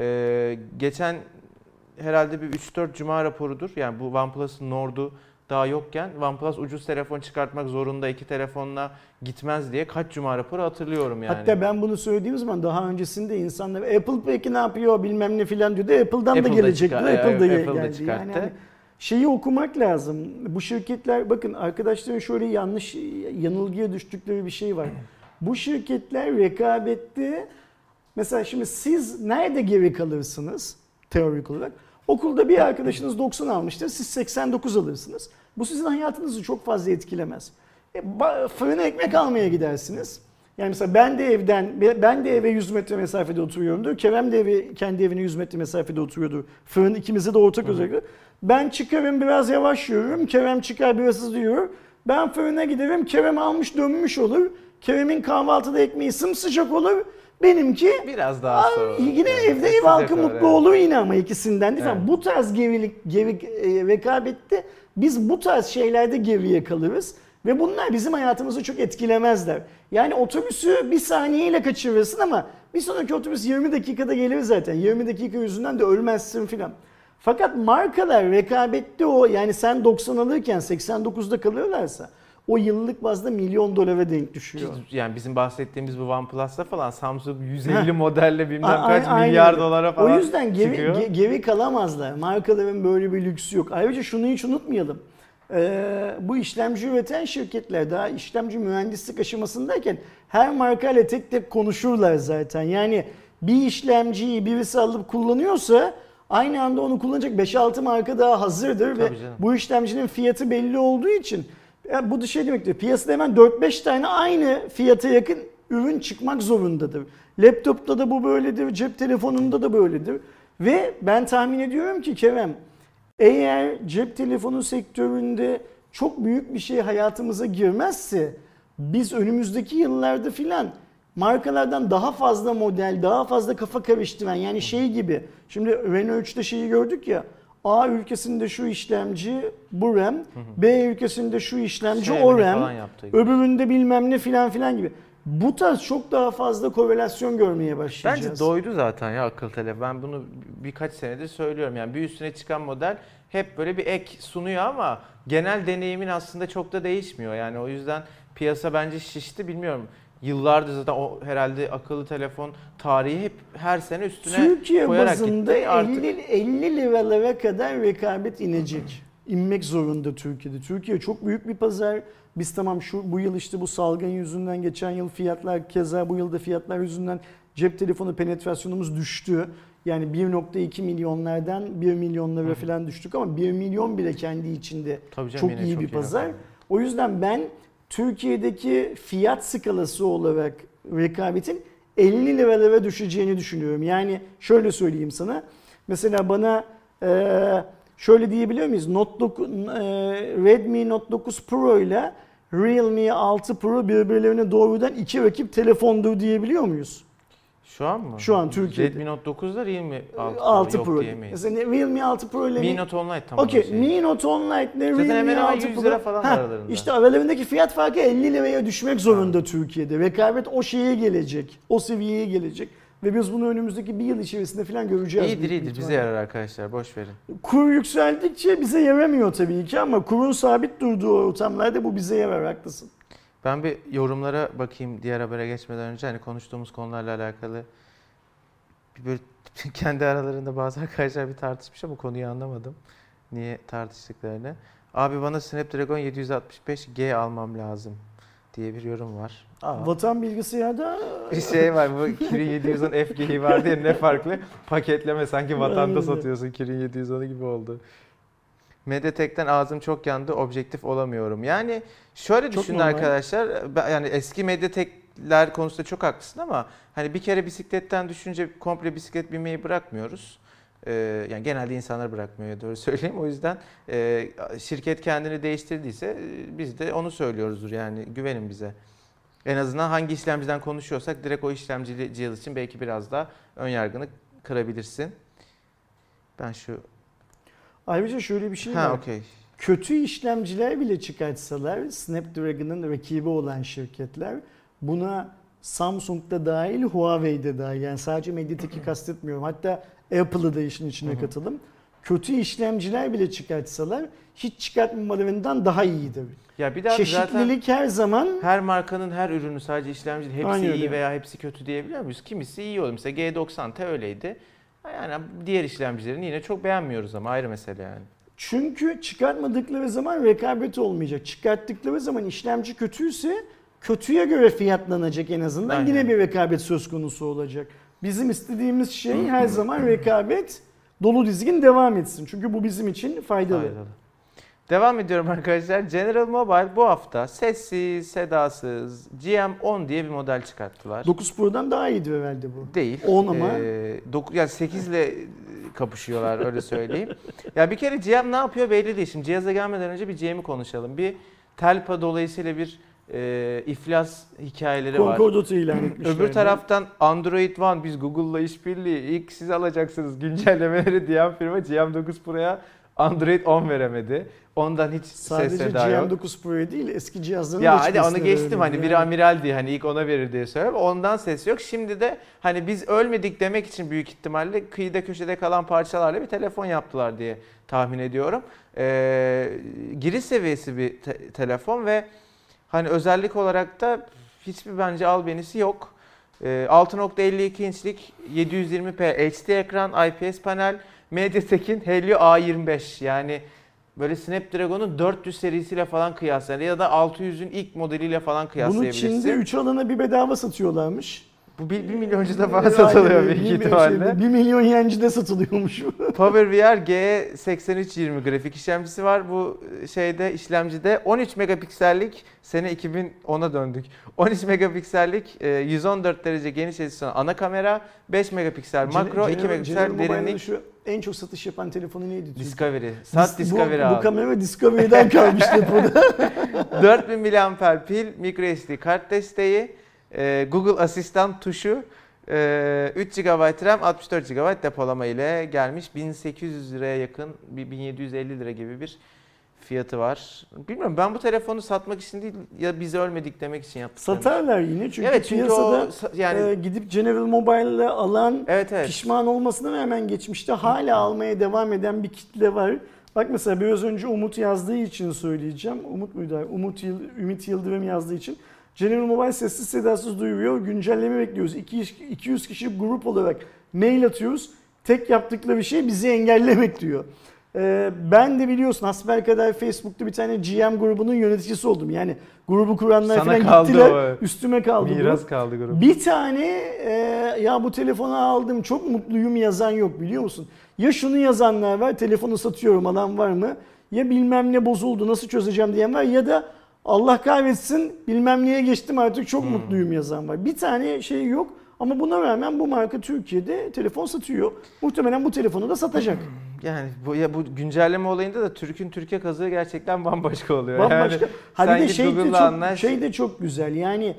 E, geçen herhalde bir üç dört cuma raporudur. Yani bu OnePlus'ın Nord'u daha yokken OnePlus ucuz telefon çıkartmak zorunda, iki telefonla gitmez diye kaç cuma raporu hatırlıyorum yani. Hatta ben bunu söylediğim zaman daha öncesinde insanlar Apple peki ne yapıyor bilmem ne filan diyordu. Apple'dan Apple da da gelecek. çıkar- Apple da Apple da geldi. çıkarttı. Yani hani şeyi okumak lazım. Bu şirketler, bakın arkadaşların şöyle yanlış yanılgıya düştükleri bir şey var. Bu şirketler rekabette, mesela şimdi siz nerede geri kalırsınız teorik olarak? Okulda bir arkadaşınız doksan almıştır, siz seksen dokuz alırsınız. Bu sizin hayatınızı çok fazla etkilemez. E, ba- fırına ekmek almaya gidersiniz. Yani mesela ben de evden, ben de eve yüz metre mesafede oturuyorumdur. Kerem de eve, kendi evine yüz metre mesafede oturuyordur. Fırın ikimize de ortak özellikle. Ben çıkarım biraz yavaş yürürüm. Kerem çıkar biraz hızlı yürür. Ben fırına giderim. Kerem almış dönmüş olur. Kerem'in kahvaltıda ekmeği sımsıcak olur. Benimki biraz daha sonra. yine Evet, evde ev sıcak halkı olur, mutlu evet. olur yine ama ikisinden değil mi? Evet. Bu tarz gerilik, geri, e, rekabette biz bu tarz şeylerde geriye kalırız. Ve bunlar bizim hayatımızı çok etkilemezler. Yani otobüsü bir saniyeyle kaçırırsın ama bir sonraki otobüs yirmi dakikada gelir zaten. yirmi dakika yüzünden de ölmezsin filan. Fakat markalar rekabette o, yani sen doksan alırken seksen dokuzda kalırlarsa o yıllık bazda milyon dolara denk düşüyor. Yani bizim bahsettiğimiz bu OnePlus'ta falan Samsung yüz elli modelle bilmem A- kaç aynen milyar öyle. dolara falan O yüzden geri, çıkıyor. ge- geri kalamazlar. Markaların böyle bir lüksü yok. Ayrıca şunu hiç unutmayalım. Ee, bu işlemci üreten şirketler daha işlemci mühendislik aşamasındayken her markayla tek tek konuşurlar zaten. Yani bir işlemciyi birisi alıp kullanıyorsa Aynı anda onu kullanacak beş altı marka daha hazırdır ve Tabii canım. bu işlemcinin fiyatı belli olduğu için yani bu da şey demektir. Piyasada hemen dört beş tane aynı fiyata yakın ürün çıkmak zorundadır. Laptopta da bu böyledir, cep telefonunda da böyledir. Ve ben tahmin ediyorum ki Kerem, eğer cep telefonu sektöründe çok büyük bir şey hayatımıza girmezse biz önümüzdeki yıllarda filan markalardan daha fazla model, daha fazla kafa karıştıran yani şey gibi. Şimdi Renault üçte şeyi gördük ya. A ülkesinde şu işlemci bu RAM, B ülkesinde şu işlemci Şey, o Emine RAM, falan yaptığı gibi. öbüründe bilmem ne filan filan gibi. Bu tarz çok daha fazla korelasyon görmeye başlayacağız. Bence doydu zaten ya akıl telefon. Ben bunu birkaç senedir söylüyorum. Yani bir üstüne çıkan model hep böyle bir ek sunuyor ama genel deneyimin aslında çok da değişmiyor. Yani o yüzden piyasa bence şişti, bilmiyorum. Yıllardır zaten o herhalde akıllı telefon tarihi hep her sene üstüne Türkiye koyarak bazında gitti. Artık elli, elli liralara kadar rekabet inecek. İnmek zorunda Türkiye'de. Türkiye çok büyük bir pazar. Biz tamam şu bu yıl işte bu salgın yüzünden, geçen yıl fiyatlar keza bu yılda fiyatlar yüzünden cep telefonu penetrasyonumuz düştü. Yani bir nokta iki milyonlardan bir milyonlara falan düştük ama bir milyon bile kendi içinde Tabii canım, çok yine iyi çok bir iyi pazar. rakam. O yüzden ben Türkiye'deki fiyat skalası olarak rekabetin elli liralara düşeceğini düşünüyorum. Yani şöyle söyleyeyim sana. Mesela bana e, şöyle diyebiliyor muyuz? Note dokuz, e, Redmi Note dokuz Pro ile Realme altı Pro birbirlerine doğrudan iki rakip telefondur diyebiliyor muyuz? şu an mı? Şu an Türkiye'de. Redmi Note dokuzda Realme altı, altı yok Pro. diyemeyiz. Mesela Realme altı Pro ile Mi Note Online tamam. Okey, şey. Mi Note Online ile Zaten hemen Realme hemen altı yüz Pro. lira falan Ha, aralarında. İşte aralarındaki fiyat farkı elli liraya düşmek zorunda Türkiye'de. Rekabet o şeye gelecek. O seviyeye gelecek. Ve biz bunu önümüzdeki bir yıl içerisinde falan göreceğiz. İyidir büyük iyidir ihtimalle. bize yarar arkadaşlar, boş verin. Kur yükseldikçe bize yaramıyor tabii ki ama kurun sabit durduğu ortamlarda bu bize yarar, haklısın. Ben bir yorumlara bakayım diğer habere geçmeden önce. Hani konuştuğumuz konularla alakalı bir böyle kendi aralarında bazı arkadaşlar bir tartışmış ama konuyu anlamadım. Niye tartıştıklarını. Abi bana Snapdragon yedi yüz altmış beş G almam lazım diye bir yorum var. Aa. Vatan bilgisayarda Bir şey var, bu Kirin yedi yüz on F G'yi vardı ya, ne farklı? Paketleme, sanki vatanda Aynen. satıyorsun Kirin yedi yüz onu gibi oldu. Mediatek'ten ağzım çok yandı, objektif olamıyorum. Yani şöyle Çok düşünün normal. arkadaşlar, ben- yani eski Mediatek'ler konusunda çok haklısın ama hani bir kere bisikletten düşünce komple bisiklet binmeyi bırakmıyoruz. Ee, yani genelde insanlar bırakmıyor, doğru söyleyeyim. O yüzden e, şirket kendini değiştirdiyse e, biz de onu söylüyoruzdur, yani güvenin bize. En azından hangi işlemciden konuşuyorsak direkt o işlemcili cihaz için belki biraz daha ön yargını kırabilirsin. Ben şu... ayrıca şöyle bir şey Ha var. okey. Kötü işlemciler bile çıkartsalar Snapdragon'ın rakibi olan şirketler buna Samsung'da dahil, Huawei'de dahil, yani sadece Mediatek'i kastetmiyorum. Hatta Apple'ı da işin içine Hı hı. katalım. Kötü işlemciler bile çıkartsalar hiç çıkartmamalarından daha iyidir. Ya bir daha zaten Çeşitlilik her zaman her markanın her ürünü sadece işlemci hepsi Aynen iyi öyle. veya hepsi kötü diyebiliyor muyuz? Kimisi iyi oluyor. Mesela G doksan T öyleydi. Yani diğer işlemcilerini yine çok beğenmiyoruz ama ayrı mesele yani. çünkü çıkartmadıkları zaman rekabet olmayacak. Çıkarttıkları zaman işlemci kötüyse kötüye göre fiyatlanacak en azından. Aynen. Yine bir rekabet söz konusu olacak. Bizim istediğimiz şey her zaman rekabet dolu dizgin devam etsin. Çünkü bu bizim için faydalı. Faydalı. Devam ediyorum arkadaşlar. General Mobile bu hafta sessiz, sedasız G M on diye bir model çıkarttılar. dokuz Pro'dan daha iyiydi herhalde bu. Değil. on ama. Ee, doku- yani sekiz ile kapışıyorlar, öyle söyleyeyim. Ya bir kere G M ne yapıyor belli değil. Şimdi cihaza gelmeden önce bir G M'i konuşalım. Bir Telpa dolayısıyla bir e, iflas hikayeleri var. Concordot'u ilan etmişler. Öbür taraftan Android One, biz Google'la işbirliği, ilk siz alacaksınız güncellemeleri diyen firma G M dokuz Pro'ya Android on veremedi. Ondan hiç ses Sadece seda G yok. M dokuz Pro'ya değil eski cihazların Ya da hadi onu çıkmasına geçtim, verdi. hani bir Yani amiral diye hani ilk ona verir diye söylüyorum. Ondan ses yok. Şimdi de hani biz ölmedik demek için büyük ihtimalle kıyıda köşede kalan parçalarla bir telefon yaptılar diye tahmin ediyorum. Ee, giriş seviyesi bir te- telefon ve hani özellik olarak da hiçbir bence albenisi yok. Ee, altı nokta elli iki inçlik yedi yüz yirmi p H D ekran, I P S panel, MediaTek'in Helio A yirmi beş, yani böyle Snapdragon'un dört yüz serisiyle falan kıyaslanır ya da altı yüzün ilk modeliyle falan bunu kıyaslayabilirsin. Çin'de üç alana bir bedava satıyorlarmış. Bu bir, bir milyoncuda falan satılıyor büyük ihtimalle. bir milyon yencide satılıyormuş. PowerVR G seksen üç yirmi grafik işlemcisi var. Bu şeyde işlemcide on üç megapiksellik, sene iki bin ona döndük. on üç megapiksellik yüz on dört derece geniş açısından ana kamera, beş megapiksel makro, iki megapiksel derinlik. Şu en çok satış yapan telefonu neydi? Discovery. Sat Dis, Discovery bu, abi. Bu kamera Discovery'den kalmış depoda. dört bin miliamper pil, microSD kart desteği, Google Asistan tuşu, üç gigabayt RAM, altmış dört gigabayt depolama ile gelmiş. bin sekiz yüz liraya yakın, bin yedi yüz elli lira gibi bir fiyatı var. Bilmiyorum, ben bu telefonu satmak için değil ya biz ölmedik demek için yaptım. Satarlar yine çünkü, evet, çünkü piyasada o, yani, e, gidip General Mobile'le alan evet, evet. pişman olmasına rağmen geçmişte hala almaya devam eden bir kitle var. Bak mesela biraz önce Umut yazdığı için söyleyeceğim. Umut muydu? Umut Yıl, Ümit Yıldırım yazdığı için. General Mobile sessiz sedasız duyuruyor. Güncelleme bekliyoruz. iki yüz kişilik grup olarak mail atıyoruz. Tek yaptıkları şey bizi engellemek diyor. Ee, ben de biliyorsun hasbelkader Facebook'ta bir tane G M grubunun yöneticisi oldum. Yani grubu kuranlar sana falan gittiler. O. Üstüme kaldı. Miras bu. kaldı grup. Bir tane e, ya bu telefonu aldım çok mutluyum yazan yok biliyor musun? Ya şunu yazanlar var, telefonu satıyorum alan var mı? Ya bilmem ne bozuldu nasıl çözeceğim diyen var ya da Allah kahretsin bilmem neye geçtim artık çok hmm. mutluyum yazan var. Bir tane şey yok ama buna rağmen bu marka Türkiye'de telefon satıyor. Muhtemelen bu telefonu da satacak. Yani bu ya bu güncelleme olayında da Türk'ün Türkiye kazığı gerçekten bambaşka oluyor. Bambaşka. Yani Hadi de şey de, çok, anlaş... şey de çok güzel. Yani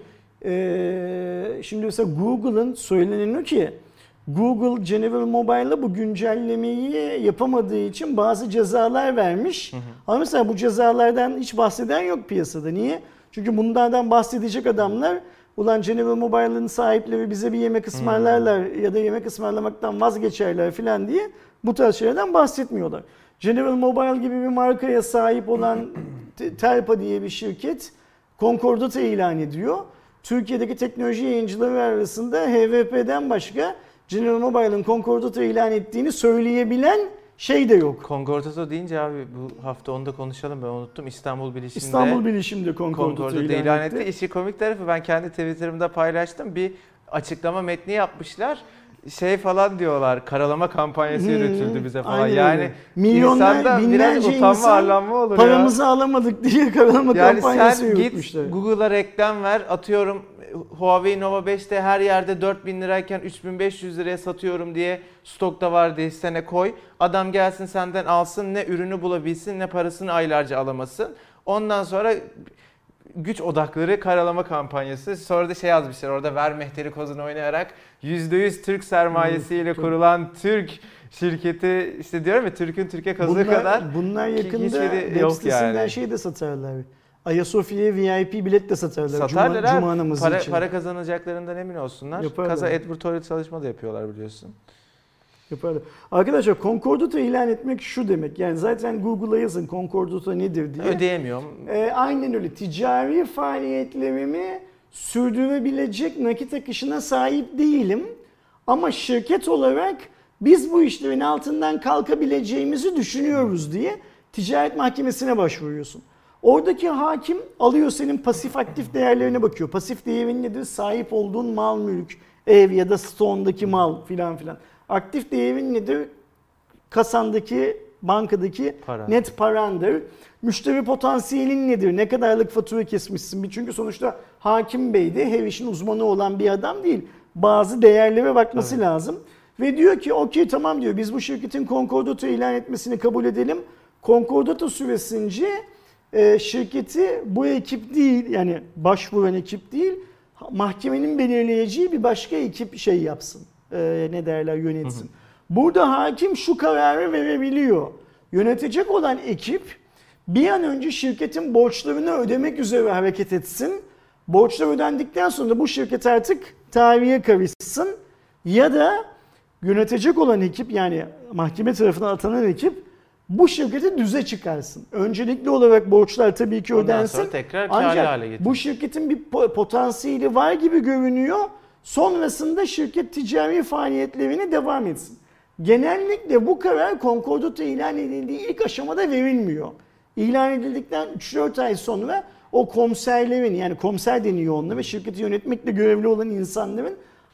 e, şimdi mesela Google'ın söylenen o ki Google General Mobile'la bu güncellemeyi yapamadığı için bazı cezalar vermiş. Hı hı. Ama mesela bu cezalardan hiç bahseden yok piyasada. Niye? Çünkü bunlardan bahsedecek adamlar ulan General Mobile'ın sahipleri bize bir yemek ısmarlarlar hmm. ya da yemek ısmarlamaktan vazgeçerler falan diye bu tarz şeylerden bahsetmiyorlar. General Mobile gibi bir markaya sahip olan Telpa diye bir şirket Concordat'ı ilan ediyor. Türkiye'deki teknoloji yayıncıları arasında H V P'den başka General Mobile'ın Concordat'ı ilan ettiğini söyleyebilen şey de yok. Concordato deyince abi bu hafta onu da konuşalım, ben unuttum. İstanbul Bilişim'de İstanbul Bilişim'de Concordat'ı ilan, ilan etti. etti. İşi komik tarafı ben kendi Twitter'ımda paylaştım. Bir açıklama metni yapmışlar. Şey falan diyorlar, karalama kampanyası hmm, yürütüldü bize falan. Aynen. Yani milyonlar, binlerce utanma, insan arlanma olur paramızı ya. alamadık diye karalama yani kampanyası yürütmüşler. Yani sen git Google'a reklam ver, atıyorum Huawei Nova beşte her yerde dört bin lirayken üç bin beş yüz liraya satıyorum diye stokta var diye sene koy. Adam gelsin senden alsın, ne ürünü bulabilsin ne parasını aylarca alamasın. Ondan sonra güç odakları karalama kampanyası. Sonra da şey yazmışlar orada, ver mehteri kozunu oynayarak yüzde yüz Türk sermayesiyle hmm, kurulan Türk şirketi, işte diyorum ya Türk'ün Türkiye kazığı bunlar, kadar. Bunlar yakında web sitesinden yani. Şey de satarlar. Ayasofya'ya V I P bilet de satarlar. Satarlar Cuma, abi. Cuma namazı para, için. Para kazanacaklarından emin olsunlar. Yaparlar. Kaza advertorial çalışma da yapıyorlar biliyorsun. Yaparlar. Arkadaşlar Concordat'ı ilan etmek şu demek. Yani zaten Google'a yazın Concordat'a nedir diye. Ödeyemiyorum. Ee, aynen öyle. Ticari faaliyetlerimi sürdürebilecek nakit akışına sahip değilim. Ama şirket olarak biz bu işlerin altından kalkabileceğimizi düşünüyoruz diye ticaret mahkemesine başvuruyorsun. Oradaki hakim alıyor senin pasif aktif değerlerine bakıyor. Pasif değerin nedir? Sahip olduğun mal, mülk, ev ya da stoğundaki mal filan filan. Aktif değerin nedir? Kasandaki, bankadaki para. Net parandır. Müşteri potansiyelin nedir? Ne kadarlık fatura kesmişsin? Çünkü sonuçta hakim bey de her işin uzmanı olan bir adam değil. Bazı değerlere bakması evet. lazım. Ve diyor ki okey tamam diyor, biz bu şirketin Concordat'ı ilan etmesini kabul edelim. Concordat'ı süresince e, şirketi bu ekip değil, yani başvuran ekip değil, mahkemenin belirleyeceği bir başka ekip şey yapsın. E, ne derler, yönetsin. Hı hı. Burada hakim şu kararı verebiliyor. Yönetecek olan ekip bir an önce şirketin borçlarını ödemek üzere hareket etsin. Borçlar ödendikten sonra da bu şirket artık tarihe karışsın. Ya da yönetecek olan ekip, yani mahkeme tarafından atanan ekip bu şirketi düze çıkarsın. Öncelikli olarak borçlar tabii ki Ondan ödensin. Sonra tekrar kârlı hale getirir. Bu şirketin bir potansiyeli var gibi görünüyor. Sonrasında şirket ticari faaliyetlerini devam etsin. Genellikle bu karar Concordat'ta ilan edildiği ilk aşamada verilmiyor. İlan edildikten üç dört ay sonra o komiserlerin, yani komiser deniyor onlara ve şirketi yönetmekle görevli olan insanların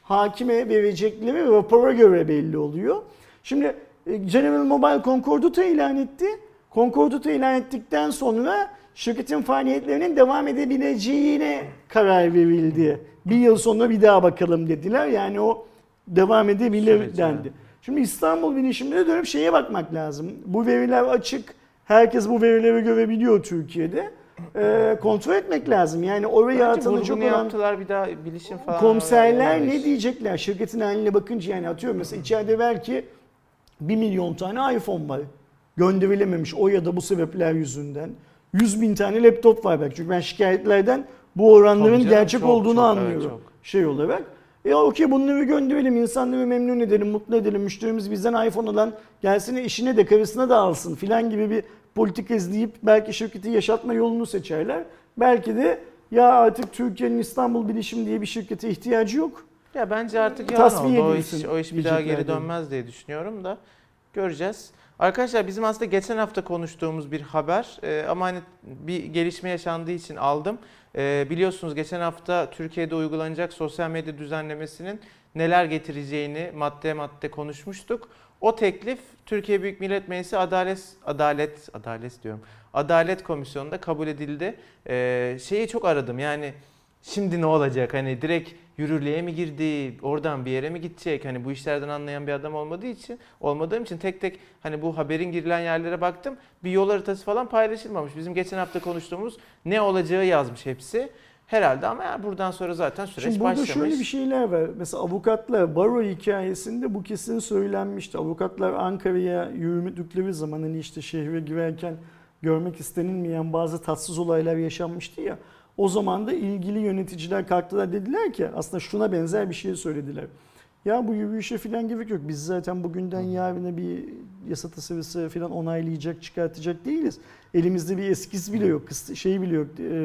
hakime verecekleri rapora göre belli oluyor. Şimdi General Mobile Concordat'ı ilan etti. Concordat'ı ilan ettikten sonra şirketin faaliyetlerinin devam edebileceğine karar verildi. Bir yıl sonra bir daha bakalım dediler. Yani o devam edebilir Süreç dendi. yani. Şimdi İstanbul Bilişim'de dönüp şeye bakmak lazım. Bu veriler açık. Herkes bu verileri görebiliyor Türkiye'de. Ee, kontrol etmek lazım. Yani oraya Bence atılacak vurgunu olan yaptılar bir daha bilişim falan. komiserler oraya ne diyecekler? Şirketin haline bakınca yani atıyorum mesela içeride belki bir milyon tane iPhone var. Gönderilememiş o ya da bu sebepler yüzünden. yüz bin tane laptop var belki. Çünkü ben şikayetlerden bu oranların Tabii canım, gerçek çok, olduğunu çok, anlıyorum. evet, çok. Şey olarak. E okey bunları gönderelim, insanları memnun edelim, mutlu edelim. Müşterimiz bizden iPhone alan gelsin işine de karısına da alsın filan gibi bir politika izleyip belki şirketi yaşatma yolunu seçerler. Belki de ya artık Türkiye'nin İstanbul Bilişim diye bir şirkete ihtiyacı yok. Ya bence artık Tasfiye yalan oldu. O edilsin iş, o iş bir daha geri diyecekler dönmez diye düşünüyorum da göreceğiz. Arkadaşlar bizim aslında geçen hafta konuştuğumuz bir haber ee, ama hani bir gelişme yaşandığı için aldım. Ee, biliyorsunuz geçen hafta Türkiye'de uygulanacak sosyal medya düzenlemesinin neler getireceğini madde madde konuşmuştuk. O teklif Türkiye Büyük Millet Meclisi Adalet Adalet Adalet diyorum. Adalet Komisyonu'nda kabul edildi. Ee, şeyi çok aradım yani şimdi ne olacak? Hani direkt yürürlüğe mi girdi? Oradan bir yere mi gidecek? Hani bu işlerden anlayan bir adam olmadığı için, olmadığım için tek tek hani bu haberin girilen yerlere baktım. Bir yol haritası falan paylaşılmamış. Bizim geçen hafta konuştuğumuz ne olacağı yazmış hepsi. Herhalde ama ya buradan sonra zaten süreç Şimdi burada başlamış. şöyle bir şeyler var. Mesela avukatlar baro hikayesinde bu kesin söylenmişti. Avukatlar Ankara'ya yürüdükleri zaman hani işte şehre girerken görmek istenilmeyen bazı tatsız olaylar yaşanmıştı ya. O zaman da ilgili yöneticiler kalktılar dediler ki aslında şuna benzer bir şey söylediler. Ya bu yürüyüşe falan gerek yok. Biz zaten bugünden yarına bir yasa tasarısı falan onaylayacak, çıkartacak değiliz. Elimizde bir eskiz bile yok, şey bile yok, e,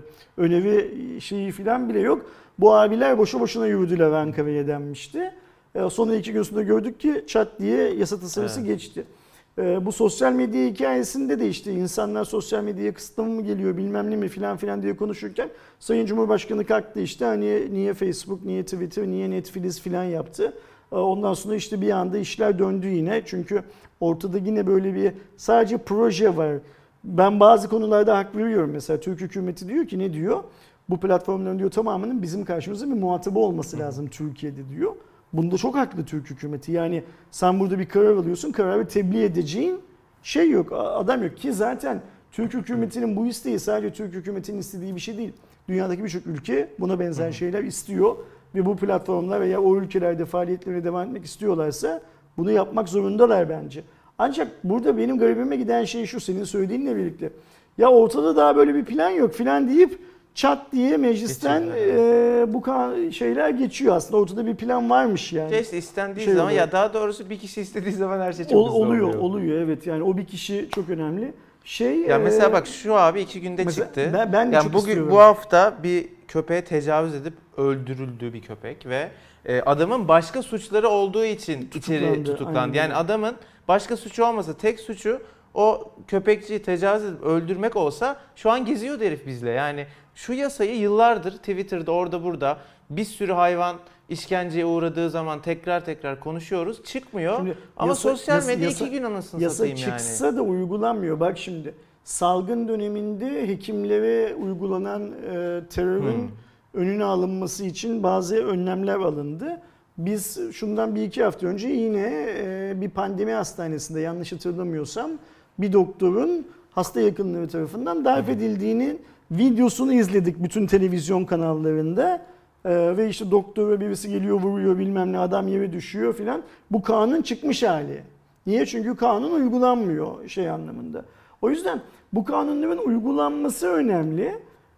öneri şeyi falan bile yok. Bu abiler boşu boşuna yürüdüler Ankara'ya denmişti. E, sonra iki gün sonra gördük ki çat diye yasa tasarısı evet. geçti. E, bu sosyal medya hikayesinde de işte insanlar sosyal medyaya kısıtlama mı geliyor bilmem ne mi filan filan diye konuşurken Sayın Cumhurbaşkanı kalktı işte hani niye Facebook, niye Twitter, niye Netflix filan yaptı. E, ondan sonra işte bir anda işler döndü yine çünkü ortada yine böyle bir sadece proje var. Ben bazı konularda hak veriyorum. Mesela Türk hükümeti diyor ki ne diyor? Bu platformların diyor tamamının bizim karşımızda bir muhatabı olması lazım Türkiye'de diyor. Bunda çok haklı Türk hükümeti. Yani sen burada bir karar alıyorsun, kararı tebliğ edeceğin şey yok, adam yok ki zaten Türk hükümetinin bu isteği sadece Türk hükümetinin istediği bir şey değil. Dünyadaki birçok ülke buna benzer şeyler istiyor ve bu platformlar veya o ülkelerde faaliyetlerine devam etmek istiyorlarsa bunu yapmak zorundalar bence. Ancak burada benim garibime giden şey şu senin söylediğinle birlikte. Ya ortada daha böyle bir plan yok filan deyip çat diye meclisten e, bu şeyler geçiyor aslında. Ortada bir plan varmış yani. İşte istendiği şey zaman oluyor. Ya daha doğrusu bir kişi istediği zaman her şey çok Ol, hızlı oluyor. oluyor. Oluyor evet yani o bir kişi çok önemli. Şey Ya mesela e, bak şu abi iki günde mesela çıktı. Ben, ben de yani çok bugün istiyorum. bu hafta bir köpeğe tecavüz edip öldürüldü bir köpek ve e, adamın başka suçları olduğu için içeri Tutuklandı, tutuklandı. aynen. Yani adamın başka suçu olmasa tek suçu o köpekçiyi tecavüz edip öldürmek olsa şu an geziyordu herif bizle. Yani şu yasayı yıllardır Twitter'da orada burada bir sürü hayvan işkenceye uğradığı zaman tekrar tekrar konuşuyoruz. Çıkmıyor. Şimdi ama yasa, sosyal yasa, medya yasa, iki gün anasını yasa satayım yani. Yasa çıksa da uygulanmıyor. Bak şimdi salgın döneminde hekimlere uygulanan e, terörün hmm. önüne alınması için bazı önlemler alındı. Biz şundan bir iki hafta önce yine e, bir pandemi hastanesinde yanlış hatırlamıyorsam bir doktorun hasta yakınları tarafından darp edildiğinin videosunu izledik bütün televizyon kanallarında. Ee, ve işte doktora birisi geliyor vuruyor bilmem ne adam yere düşüyor filan. Bu kanun çıkmış hali. Niye? Çünkü kanun uygulanmıyor şey anlamında. O yüzden bu kanunların uygulanması önemli.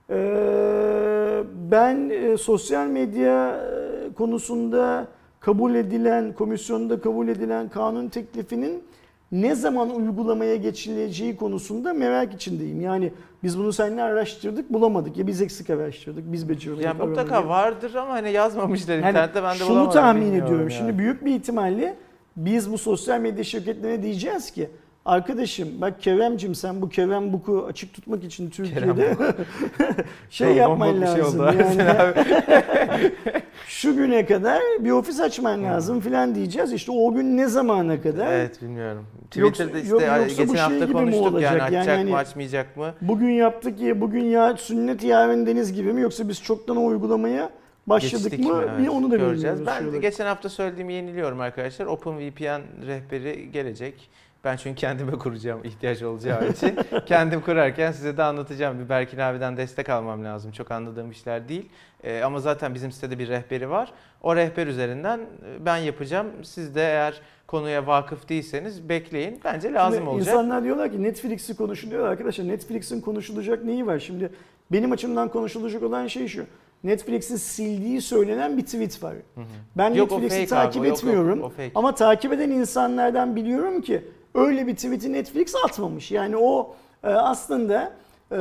Ee, ben e, sosyal medya konusunda kabul edilen, komisyonda kabul edilen kanun teklifinin ne zaman uygulamaya geçileceği konusunda merak içindeyim. Yani biz bunu seninle araştırdık, bulamadık. Ya biz eksik araştırdık, biz beceriyoruz. Ya mutlaka vardır ama hani yazmamışlar yani internette, ben de şunu bulamadım. Şunu tahmin ediyorum. Yani. Şimdi büyük bir ihtimalle biz bu sosyal medya şirketlerine diyeceğiz ki Arkadaşım bak Kerem'cim sen bu Kerem Book'u açık tutmak için Türkiye'de şey Çok yapman bombok bir şey lazım. oldu Ersin Yani abi. şu güne kadar bir ofis açman lazım filan diyeceğiz. İşte o gün ne zamana kadar? Evet bilmiyorum. Yoksa- Twitter'da yok- işte yoksa bu geçen şey hafta gibi mi konuştuk olacak? yani Yani açacak hani- mı açmayacak mı? Bugün yaptık ya bugün ya sünnet yarın deniz gibi mi yoksa biz çoktan o uygulamaya başladık Geçtik mı? mi? Bir Evet, onu da göreceğiz. bilmiyoruz. Ben de şöyle. geçen hafta söylediğimi yeniliyorum arkadaşlar. OpenVPN rehberi gelecek. Ben çünkü kendime kuracağım ihtiyaç olacağı için. Kendim kurarken size de anlatacağım. Bir Berkin abiden destek almam lazım. Çok anladığım işler değil. Ee, ama zaten bizim sitede bir rehberi var. O rehber üzerinden ben yapacağım. Siz de eğer konuya vakıf değilseniz bekleyin. Bence lazım Şimdi olacak. İnsanlar diyorlar ki Netflix'i konuşuluyor. Arkadaşlar Netflix'in konuşulacak neyi var? Şimdi benim açımdan konuşulacak olan şey şu. Netflix'in sildiği söylenen bir tweet var. Hı hı. Ben Yok, o Netflix'i fake takip abi, o yok, etmiyorum. yok, o fake. Ama takip eden insanlardan biliyorum ki öyle bir tweet'i Netflix atmamış. Yani o e, aslında e,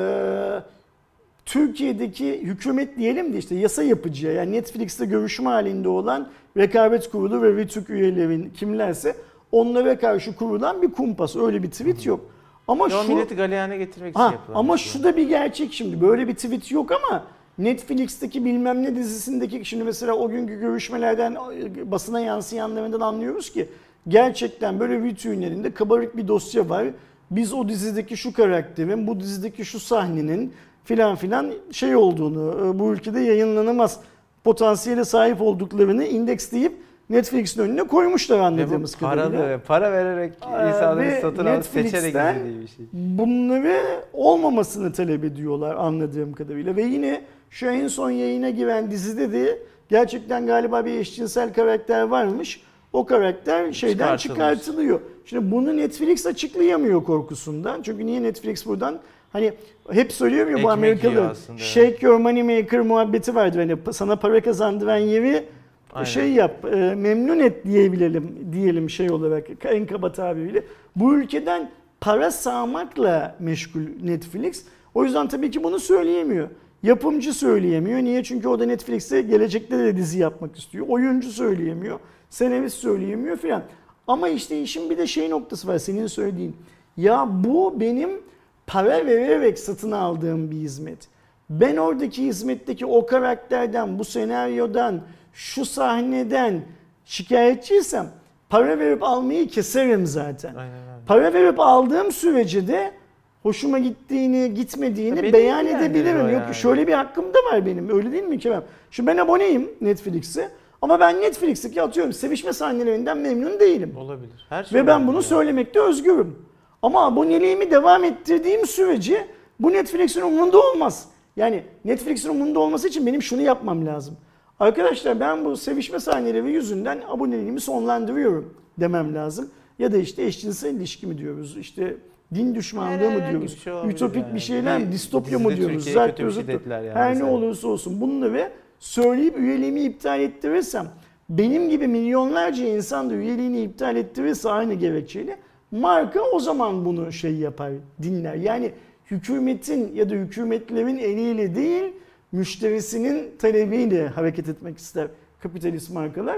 Türkiye'deki hükümet diyelim de işte yasa yapıcıya yani Netflix'te görüşme halinde olan rekabet kurulu ve RTÜK üyelerin kimlerse onlara karşı kurulan bir kumpas. Öyle bir tweet yok. Ama Ya o şu milleti galeyana getirmek için ha, yapılan ama bir şey. şu da bir gerçek şimdi. Böyle bir tweet yok ama Netflix'teki bilmem ne dizisindeki şimdi mesela o günkü görüşmelerden basına yansıyanlarından anlıyoruz ki gerçekten böyle vitrinlerinde kabarık bir dosya var. Biz o dizideki şu karakterin, bu dizideki şu sahnenin filan filan şey olduğunu, bu ülkede yayınlanamaz potansiyele sahip olduklarını indeksleyip Netflix'in önüne koymuşlar Ve bu anladığımız kadarıyla. paralı, para vererek Ee, insanları ve satın alıp seçerek Netflix'ten izlediği bir şey. bunları olmamasını talep ediyorlar anladığım kadarıyla. Ve yine şu en son yayına giren dizide de gerçekten galiba bir eşcinsel karakter varmış. O karakter şeyden Çıkartılmış. çıkartılıyor. Şimdi bunu Netflix açıklayamıyor korkusundan. Çünkü niye Netflix buradan hani hep söylüyorum ya bu Ekmek Amerikalı yiyor aslında. shake your money maker muhabbeti vardır. Hani sana para kazandıran yeri Aynen. şey yap, e, memnun et diyebilelim diyelim şey olarak en kaba tabiriyle. Bu ülkeden para sağmakla meşgul Netflix. O yüzden tabii ki bunu söyleyemiyor. Yapımcı söyleyemiyor. Niye? Çünkü o da Netflix'te gelecekte de dizi yapmak istiyor. Oyuncu söyleyemiyor. Senarist söyleyemiyor filan. Ama işte işin bir de şey noktası var senin söylediğin. Ya bu benim para vererek satın aldığım bir hizmet. Ben oradaki hizmetteki o karakterden, bu senaryodan, şu sahneden şikayetçiysem para verip almayı keserim zaten. Aynen öyle. Para verip aldığım sürece de hoşuma gittiğini, gitmediğini Tabii beyan değil yani edebilirim. o Yok yani. şöyle bir hakkım da var benim. Öyle değil mi Kerem? Şimdi ben aboneyim Netflix'e ama ben Netflix'teki atıyorum sevişme sahnelerinden memnun değilim. Olabilir. Her şey Ve ben olabilir bunu ya. söylemekte özgürüm. Ama aboneliğimi devam ettirdiğim sürece bu Netflix'in umurunda olmaz. Yani Netflix'in umurunda olması için benim şunu yapmam lazım. Arkadaşlar ben bu sevişme sahneleri yüzünden aboneliğimi sonlandırıyorum demem lazım. Ya da işte eşcinsel ilişki mi diyoruz, işte din düşmanlığı mı Herhangi diyoruz, bir şey olabilir ütopik yani. bir şeyler mi, Bir distopya mı dizide diyoruz, Türkiye'ye zart kötü bir şey diyoruz. dediler yani Her ne mesela. olursa olsun bunları söyleyip üyeliğimi iptal ettirirsem, benim gibi milyonlarca insan da üyeliğini iptal ettirirse aynı gerekçeyle marka o zaman bunu şey yapar, dinler. Yani hükümetin ya da hükümetlerin eliyle değil, müşterisinin talebiyle hareket etmek ister kapitalist markalar.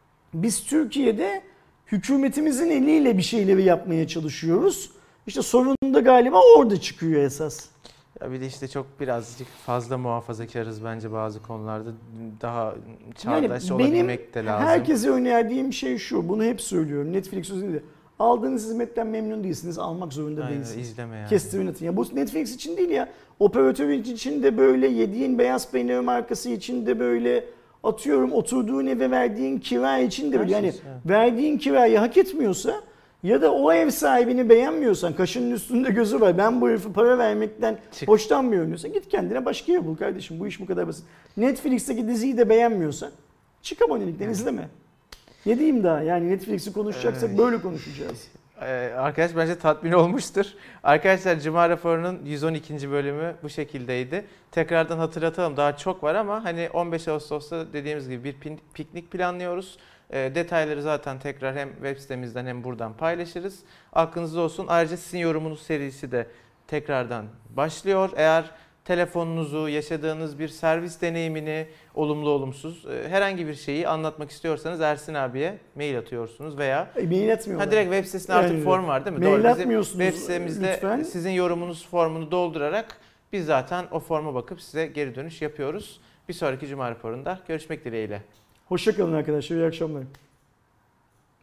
Biz Türkiye'de hükümetimizin eliyle bir şeyleri yapmaya çalışıyoruz. İşte sorun da galiba orada çıkıyor esas. Ya bir de işte çok birazcık fazla muhafazakarız bence bazı konularda. Daha çağdaş Yani benim olabilmek de lazım. herkese önerdiğim şey şu, bunu hep söylüyorum Netflix özelinde. Aldığınız hizmetten memnun değilsiniz, almak zorunda Aynen, değilsiniz. izleme yani. Kestirin atın. Ya bu Netflix için değil ya. Operatör için de böyle, yediğin beyaz peynir markası için de böyle, atıyorum oturduğun eve verdiğin kira için de böyle. Yani Herkes, evet. verdiğin kirayı hak etmiyorsa ya da o ev sahibini beğenmiyorsan, kaşının üstünde gözü var, ben bu herife para vermekten Çık. hoşlanmıyorum diyorsan git kendine başka ev bul kardeşim. Bu iş bu kadar basit. Netflix'teki diziyi de beğenmiyorsan çık abonelikten izleme. Ne diyeyim daha, yani Netflix'i konuşacaksak Evet. böyle konuşacağız. Ee, arkadaş bence tatmin olmuştur. Arkadaşlar Cuma raporunun yüz on ikinci bölümü bu şekildeydi. Tekrardan hatırlatalım, daha çok var ama hani on beş Ağustos'ta dediğimiz gibi bir pin- piknik planlıyoruz. Ee, detayları zaten tekrar hem web sitemizden hem buradan paylaşırız. Aklınızda olsun. Ayrıca sizin yorumunuz serisi de tekrardan başlıyor. Eğer telefonunuzu, yaşadığınız bir servis deneyimini, olumlu olumsuz e, herhangi bir şeyi anlatmak istiyorsanız Ersin abiye mail atıyorsunuz veya E, mail etmiyorlar. ha, direkt web sitesinde artık Yani, form var değil mi? mail Doğru. Bizim atmıyorsunuz web sitemizde lütfen. sizin yorumunuz formunu doldurarak biz zaten o forma bakıp size geri dönüş yapıyoruz. Bir sonraki Cuma raporunda görüşmek dileğiyle. Hoşça kalın arkadaşlar. İyi akşamlar.